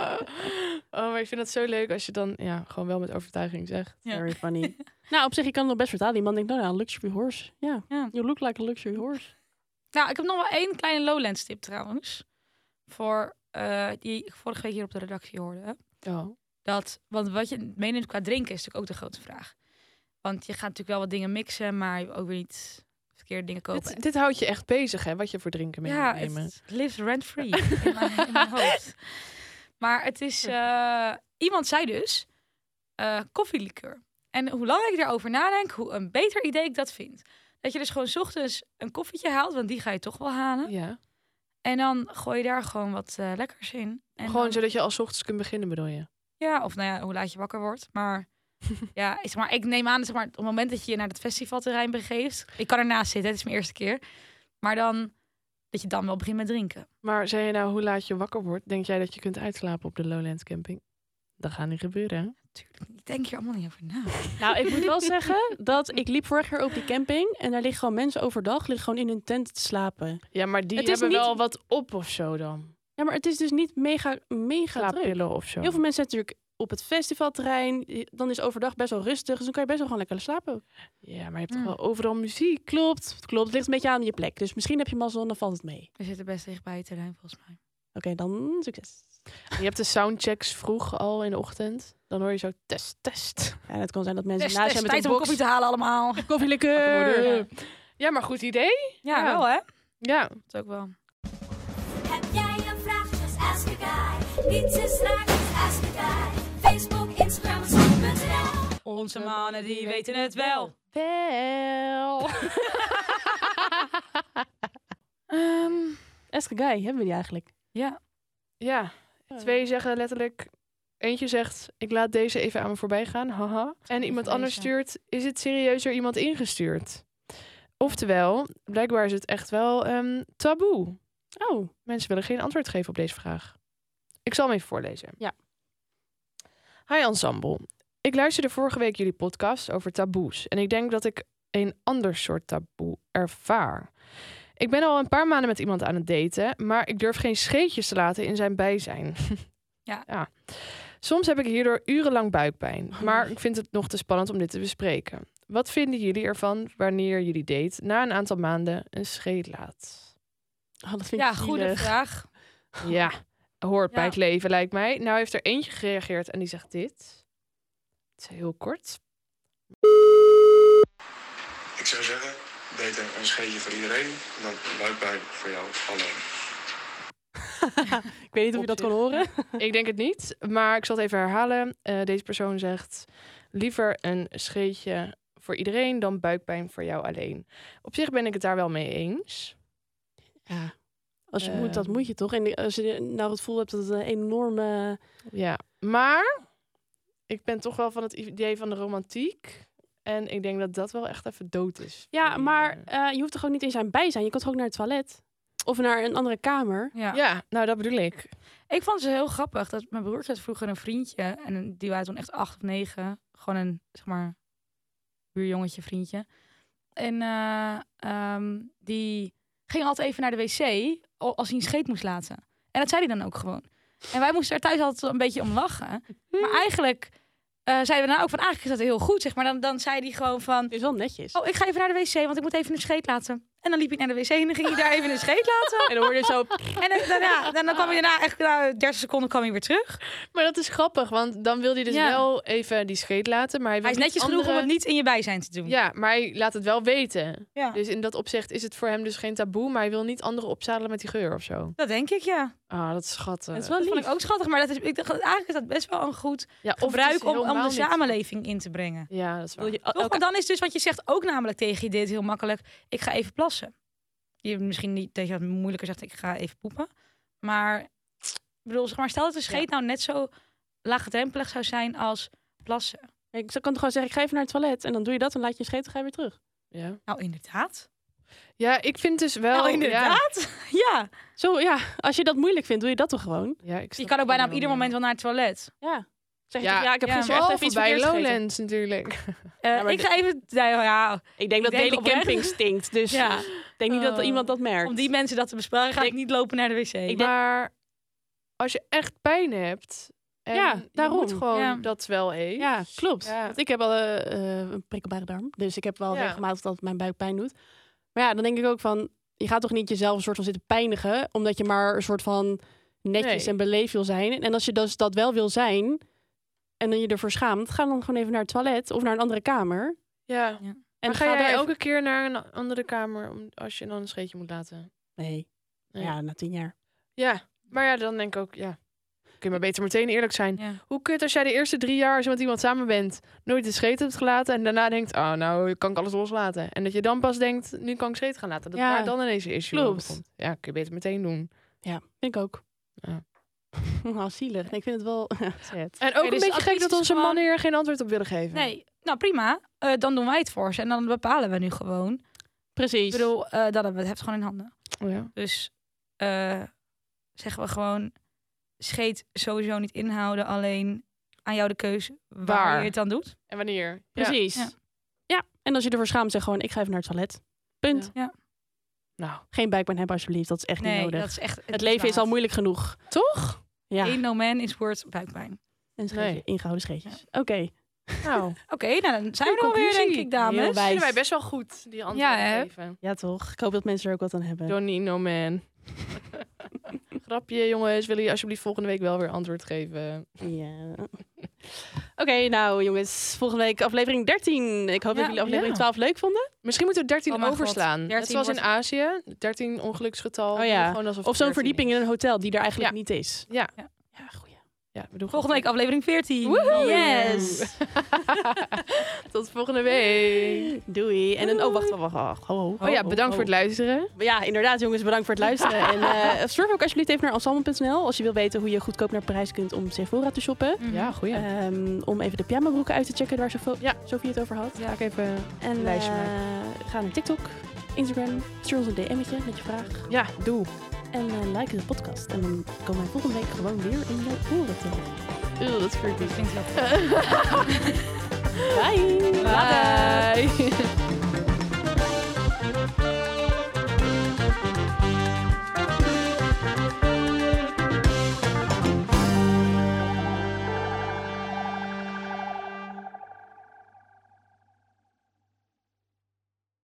Speaker 4: Oh, maar ik vind dat zo leuk als je dan gewoon wel met overtuiging zegt.
Speaker 1: Ja.
Speaker 3: Very funny. Nou, op zich, je kan het nog best vertalen. Die man denkt, nou ja, luxury horse. Ja,
Speaker 1: Ja.
Speaker 3: you look like a luxury horse.
Speaker 1: Nou, ik heb nog wel 1 kleine Lowlands tip trouwens. Voor die ik vorige week hier op de redactie hoorde.
Speaker 4: Oh.
Speaker 1: Want wat je meeneemt qua drinken is natuurlijk ook de grote vraag. Want je gaat natuurlijk wel wat dingen mixen, maar ook weer niet verkeerde dingen kopen.
Speaker 4: Dit houdt je echt bezig, hè? Wat je voor drinken mee moet nemen.
Speaker 1: Het lives rent-free in mijn hoofd. Maar het is... iemand zei dus koffielikeur. En hoe langer ik daarover nadenk, hoe een beter idee ik dat vind. Dat je dus gewoon 's ochtends een koffietje haalt, want die ga je toch wel halen.
Speaker 4: Ja.
Speaker 1: En dan gooi je daar gewoon wat lekkers in. En
Speaker 4: Gewoon
Speaker 1: dan,
Speaker 4: zodat je al 's ochtends kunt beginnen, bedoel je?
Speaker 1: Ja, of nou ja, hoe laat je wakker wordt. Maar ja, zeg maar, ik neem aan, zeg maar, op het moment dat je je naar het festivalterrein begeeft. Ik kan ernaast zitten, het is mijn eerste keer. Maar dan, dat je dan wel begint met drinken.
Speaker 4: Maar zei je nou hoe laat je wakker wordt? Denk jij dat je kunt uitslapen op de Lowlands camping? Dat gaat niet gebeuren, hè?
Speaker 1: Tuurlijk, ik denk hier allemaal niet over na.
Speaker 3: Nou, ik moet wel zeggen dat ik liep vorig jaar op die camping. En daar liggen gewoon mensen overdag, liggen gewoon in hun tent te slapen.
Speaker 4: Ja, maar die
Speaker 3: Het is
Speaker 4: hebben
Speaker 3: niet-
Speaker 4: wel wat op of zo dan.
Speaker 3: Ja, maar het is dus niet mega druk.
Speaker 4: Slaappillen of zo.
Speaker 3: Heel veel mensen zijn natuurlijk op het festivalterrein. Dan is overdag best wel rustig. Dus dan kan je best wel gewoon lekker slapen.
Speaker 4: Ja, maar je hebt toch wel overal muziek?
Speaker 3: Klopt. Het ligt een beetje aan je plek. Dus misschien heb je mazzel en dan valt het mee.
Speaker 1: We zitten best dicht bij het terrein, volgens mij.
Speaker 3: Oké, dan succes.
Speaker 4: Je hebt de soundchecks vroeg al in de ochtend. Dan hoor je zo test.
Speaker 3: Ja, het kan zijn dat mensen
Speaker 1: Test,
Speaker 3: naast
Speaker 1: test,
Speaker 3: zijn met
Speaker 1: tijd
Speaker 3: een
Speaker 1: om
Speaker 3: box.
Speaker 1: koffie te halen allemaal.
Speaker 3: Koffielikeur.
Speaker 4: Ja, maar goed idee.
Speaker 1: Ja,
Speaker 4: Ja.
Speaker 1: wel hè?
Speaker 4: Ja.
Speaker 1: Dat ook wel.
Speaker 6: Heb jij een vraag? Just ask a guy. Niets is raar, just ask a guy. Facebook, Instagram, zo.nl.
Speaker 1: Onze mannen die weten het wel.
Speaker 4: Wel.
Speaker 3: Ask a guy, hebben we die eigenlijk?
Speaker 1: Ja.
Speaker 4: Ja. 2 zeggen letterlijk... Eentje zegt, ik laat deze even aan me voorbij gaan. Haha. En iemand anders
Speaker 1: verlezen.
Speaker 4: stuurt, is het serieus door iemand ingestuurd? Oftewel, blijkbaar is het echt wel taboe.
Speaker 3: Oh,
Speaker 4: Mensen willen geen antwoord geven op deze vraag. Ik zal hem even voorlezen.
Speaker 3: Ja.
Speaker 4: Hi Ensemble. Ik luisterde vorige week jullie podcast over taboes. En ik denk dat ik een ander soort taboe ervaar. Ik ben al een paar maanden met iemand aan het daten, maar ik durf geen scheetjes te laten in zijn bijzijn.
Speaker 1: Ja.
Speaker 4: Soms heb ik hierdoor urenlang buikpijn, maar ik vind het nog te spannend om dit te bespreken. Wat vinden jullie ervan wanneer jullie date na een aantal maanden een scheet laat?
Speaker 3: dat vind ik
Speaker 1: Ja, goede
Speaker 3: zielig.
Speaker 1: vraag.
Speaker 4: Ja, hoort bij
Speaker 1: Ja.
Speaker 4: het leven lijkt mij. Nou heeft er eentje gereageerd en die zegt dit. Het is heel kort.
Speaker 7: Ik zou zeggen, beter een scheetje voor iedereen dan buikpijn voor jou alleen.
Speaker 3: Ik weet niet of je dat kon horen.
Speaker 4: Ik denk het niet, maar ik zal het even herhalen. Deze persoon zegt liever een scheetje voor iedereen dan buikpijn voor jou alleen. Op zich ben ik het daar wel mee eens.
Speaker 3: Ja. Als je moet, dat moet je toch? En als je nou het gevoel hebt dat het een enorme...
Speaker 4: Ja, maar ik ben toch wel van het idee van de romantiek. En ik denk dat dat wel echt even dood is.
Speaker 3: Ja,
Speaker 4: voor die,
Speaker 3: maar je hoeft toch ook niet in zijn bijzijn? Je kan toch ook naar het toilet? Of naar een andere kamer?
Speaker 1: Ja.
Speaker 4: Ja, nou dat bedoel ik.
Speaker 1: Ik vond ze heel grappig. Dat mijn broertje had vroeger een vriendje. En die waren toen echt 8 of 9. Gewoon een, zeg maar, buurjongetje vriendje. En die ging altijd even naar de wc als hij een scheet moest laten. En dat zei hij dan ook gewoon. En wij moesten er thuis altijd een beetje om lachen. Maar eigenlijk zeiden we nou ook van, eigenlijk is dat heel goed, zeg maar. Dan zei hij gewoon van,
Speaker 3: Het is wel netjes.
Speaker 1: oh, ik ga even naar de wc, want ik moet even een scheet laten. En dan liep hij naar de wc en dan ging hij daar even een scheet laten.
Speaker 3: En dan hoor je zo...
Speaker 1: En dan kwam hij daarna, echt na 30 seconden kwam hij weer terug.
Speaker 4: Maar dat is grappig, want dan wil hij dus
Speaker 1: Ja.
Speaker 4: wel even die scheet laten. Maar hij wil
Speaker 1: Hij is
Speaker 4: niet
Speaker 1: netjes genoeg om
Speaker 4: andere-
Speaker 1: het niet in je bijzijn te doen.
Speaker 4: Ja, maar hij laat het wel weten.
Speaker 1: Ja.
Speaker 4: Dus in dat opzicht is het voor hem dus geen taboe. Maar hij wil niet anderen opzadelen met die geur of zo.
Speaker 1: Dat denk ik, ja.
Speaker 4: Ah, dat is schattig.
Speaker 3: Het is wel
Speaker 1: Dat vond
Speaker 3: lief.
Speaker 1: ik ook schattig, maar ik dacht, eigenlijk is dat best wel een goed
Speaker 4: Ja, of het
Speaker 1: gebruik
Speaker 4: is
Speaker 1: om
Speaker 4: helemaal
Speaker 1: de
Speaker 4: niet.
Speaker 1: samenleving in te brengen.
Speaker 4: Ja, dat is waar.
Speaker 3: Wil je
Speaker 1: Toch? Want dan is dus, wat je zegt ook namelijk tegen je dit heel makkelijk, ik ga even plassen. Je misschien niet dat je dat moeilijker zegt, ik ga even poepen. Maar, ik bedoel, zeg maar, stel dat de scheet nou net zo laagdrempelig zou zijn als plassen.
Speaker 3: Ik kan toch gewoon zeggen, ik ga even naar het toilet. En dan doe je dat en laat je scheet, dan ga je weer terug.
Speaker 4: Ja.
Speaker 1: Nou, inderdaad.
Speaker 4: Ja, ik vind dus wel...
Speaker 1: Nou, inderdaad. Ja.
Speaker 3: Zo, ja, als je dat moeilijk vindt, doe je dat toch gewoon?
Speaker 4: Ja,
Speaker 1: Je kan ook bijna op ieder moment wel naar het toilet.
Speaker 3: Ja. Zeg je
Speaker 4: Ja,
Speaker 3: toch, ik heb
Speaker 1: ja,
Speaker 3: gisteren echt even iets
Speaker 4: bij
Speaker 3: verkeerds gegeten.
Speaker 4: Lowlands natuurlijk.
Speaker 3: maar
Speaker 1: Ik ga even... Ja,
Speaker 3: Ik denk dat de
Speaker 1: denk
Speaker 3: hele
Speaker 1: oprecht-
Speaker 3: camping stinkt, dus
Speaker 1: ja.
Speaker 3: ik denk niet dat
Speaker 1: Oh.
Speaker 3: iemand dat merkt.
Speaker 1: Om die mensen dat te besparen, ga ik niet lopen naar de wc.
Speaker 4: Maar als je echt pijn hebt... En
Speaker 3: Ja,
Speaker 4: je
Speaker 3: daarom.
Speaker 4: moet gewoon
Speaker 1: Ja.
Speaker 4: dat wel eens.
Speaker 3: Ja, klopt.
Speaker 4: Ja.
Speaker 3: Want ik heb wel een prikkelbare darm. Dus ik heb wel
Speaker 4: Ja.
Speaker 3: regelmatig dat mijn buik pijn doet. Maar ja, dan denk ik ook van... Je gaat toch niet jezelf een soort van zitten pijnigen... omdat je maar een soort van netjes
Speaker 4: Nee.
Speaker 3: en beleefd wil zijn. En als je dus dat wel wil zijn... en dan je ervoor schaamt... ga dan gewoon even naar het toilet of naar een andere kamer.
Speaker 4: Ja.
Speaker 3: En
Speaker 4: Maar ga jij
Speaker 3: daar even-
Speaker 4: elke keer naar een andere kamer als je dan een scheetje moet laten?
Speaker 3: Nee.
Speaker 4: Nee.
Speaker 3: Ja, na 10 jaar.
Speaker 4: Ja, maar ja, dan denk ik ook, ja. Kun je maar beter meteen eerlijk zijn.
Speaker 1: Ja.
Speaker 4: Hoe kut als jij de eerste 3 jaar als je met iemand samen bent, nooit de scheet hebt gelaten en daarna denkt, nou kan ik alles loslaten. En dat je dan pas denkt, nu kan ik scheet gaan laten. Dat
Speaker 3: Ja.
Speaker 4: daar dan ineens een issue
Speaker 3: Klopt.
Speaker 4: over komt. Ja, kun je beter meteen doen.
Speaker 3: Ja, vind ik ook.
Speaker 4: Ja.
Speaker 3: Nou, zielig. Nee, ik vind het wel... sad.
Speaker 4: En ook
Speaker 1: dus
Speaker 4: een beetje
Speaker 1: advies
Speaker 4: gek dat
Speaker 1: is
Speaker 4: onze
Speaker 1: gewoon-
Speaker 4: mannen hier geen antwoord op willen geven.
Speaker 1: Nee, nou prima. Dan doen wij het voor ze. En dan bepalen we nu gewoon.
Speaker 3: Precies.
Speaker 1: Ik bedoel, dat hebben we het heft gewoon in handen.
Speaker 4: Oh ja.
Speaker 1: Dus zeggen we gewoon... scheet sowieso niet inhouden. Alleen aan jou de keuze waar
Speaker 4: Waar?
Speaker 1: je het dan doet.
Speaker 4: En wanneer?
Speaker 3: Precies.
Speaker 1: Ja.
Speaker 3: Ja. En als je ervoor schaamt, zeg gewoon... ik ga even naar het toilet. Punt.
Speaker 1: Ja.
Speaker 4: Nou,
Speaker 3: Geen buikpijn hebben alsjeblieft. Dat is echt niet
Speaker 1: Nee,
Speaker 3: nodig.
Speaker 1: dat is echt...
Speaker 3: Het leven is al moeilijk genoeg.
Speaker 4: toch?
Speaker 3: Ja.
Speaker 1: Ain't no man is worth buikpijn.
Speaker 3: En scheetje,
Speaker 4: Nee.
Speaker 3: ingehouden scheetjes. Oké.
Speaker 4: Nou,
Speaker 1: Oké, nou dan zijn we er alweer,
Speaker 4: conclusie.
Speaker 1: denk ik, dames.
Speaker 3: Heel wijs.
Speaker 4: vinden wij best wel goed, die antwoorden
Speaker 1: Ja, hè?
Speaker 4: geven.
Speaker 3: Ja, toch? Ik hoop dat mensen er ook wat aan hebben.
Speaker 4: Don't need no man. Grapje, jongens. Willen jullie alsjeblieft volgende week wel weer antwoord geven?
Speaker 3: Ja. Oké, nou jongens. Volgende week aflevering 13. Ik hoop dat jullie aflevering
Speaker 4: ja.
Speaker 3: 12 leuk vonden.
Speaker 4: Misschien moeten we 13
Speaker 1: Oh mijn
Speaker 4: overslaan.
Speaker 1: God.
Speaker 4: Net
Speaker 1: 13
Speaker 4: zoals in
Speaker 1: wordt-
Speaker 4: Azië. 13 ongeluksgetal.
Speaker 3: Oh ja.
Speaker 4: Gewoon alsof
Speaker 3: Of zo'n
Speaker 4: 13
Speaker 3: verdieping
Speaker 4: is.
Speaker 3: in een hotel die er eigenlijk
Speaker 4: Ja.
Speaker 3: niet is.
Speaker 4: Ja.
Speaker 3: Ja, goeie.
Speaker 4: Ja, we doen
Speaker 1: Volgende week aflevering 14.
Speaker 4: Woehoe!
Speaker 1: Yes!
Speaker 4: Tot volgende week.
Speaker 3: Doei. En een, wacht.
Speaker 4: Oh ja, bedankt voor het luisteren.
Speaker 3: Ja, inderdaad jongens, bedankt voor het luisteren. En surf ook alsjeblieft even naar ensemble.nl als je wil weten hoe je goedkoop naar Parijs kunt om Sephora te shoppen.
Speaker 4: Ja, goeie.
Speaker 3: Om even de pyjamabroeken uit te checken waar
Speaker 4: Ja.
Speaker 3: Sophie het over had.
Speaker 4: Ga ik even
Speaker 3: En
Speaker 4: een lijstje maken.
Speaker 3: ga naar TikTok, Instagram, stuur ons een DM'tje met je vraag.
Speaker 4: Ja, doe.
Speaker 3: En like de podcast. En dan komen wij volgende week gewoon weer in je oren terecht. Dat is creepy.
Speaker 1: Dat klinkt heel
Speaker 3: Bye!
Speaker 4: Bye.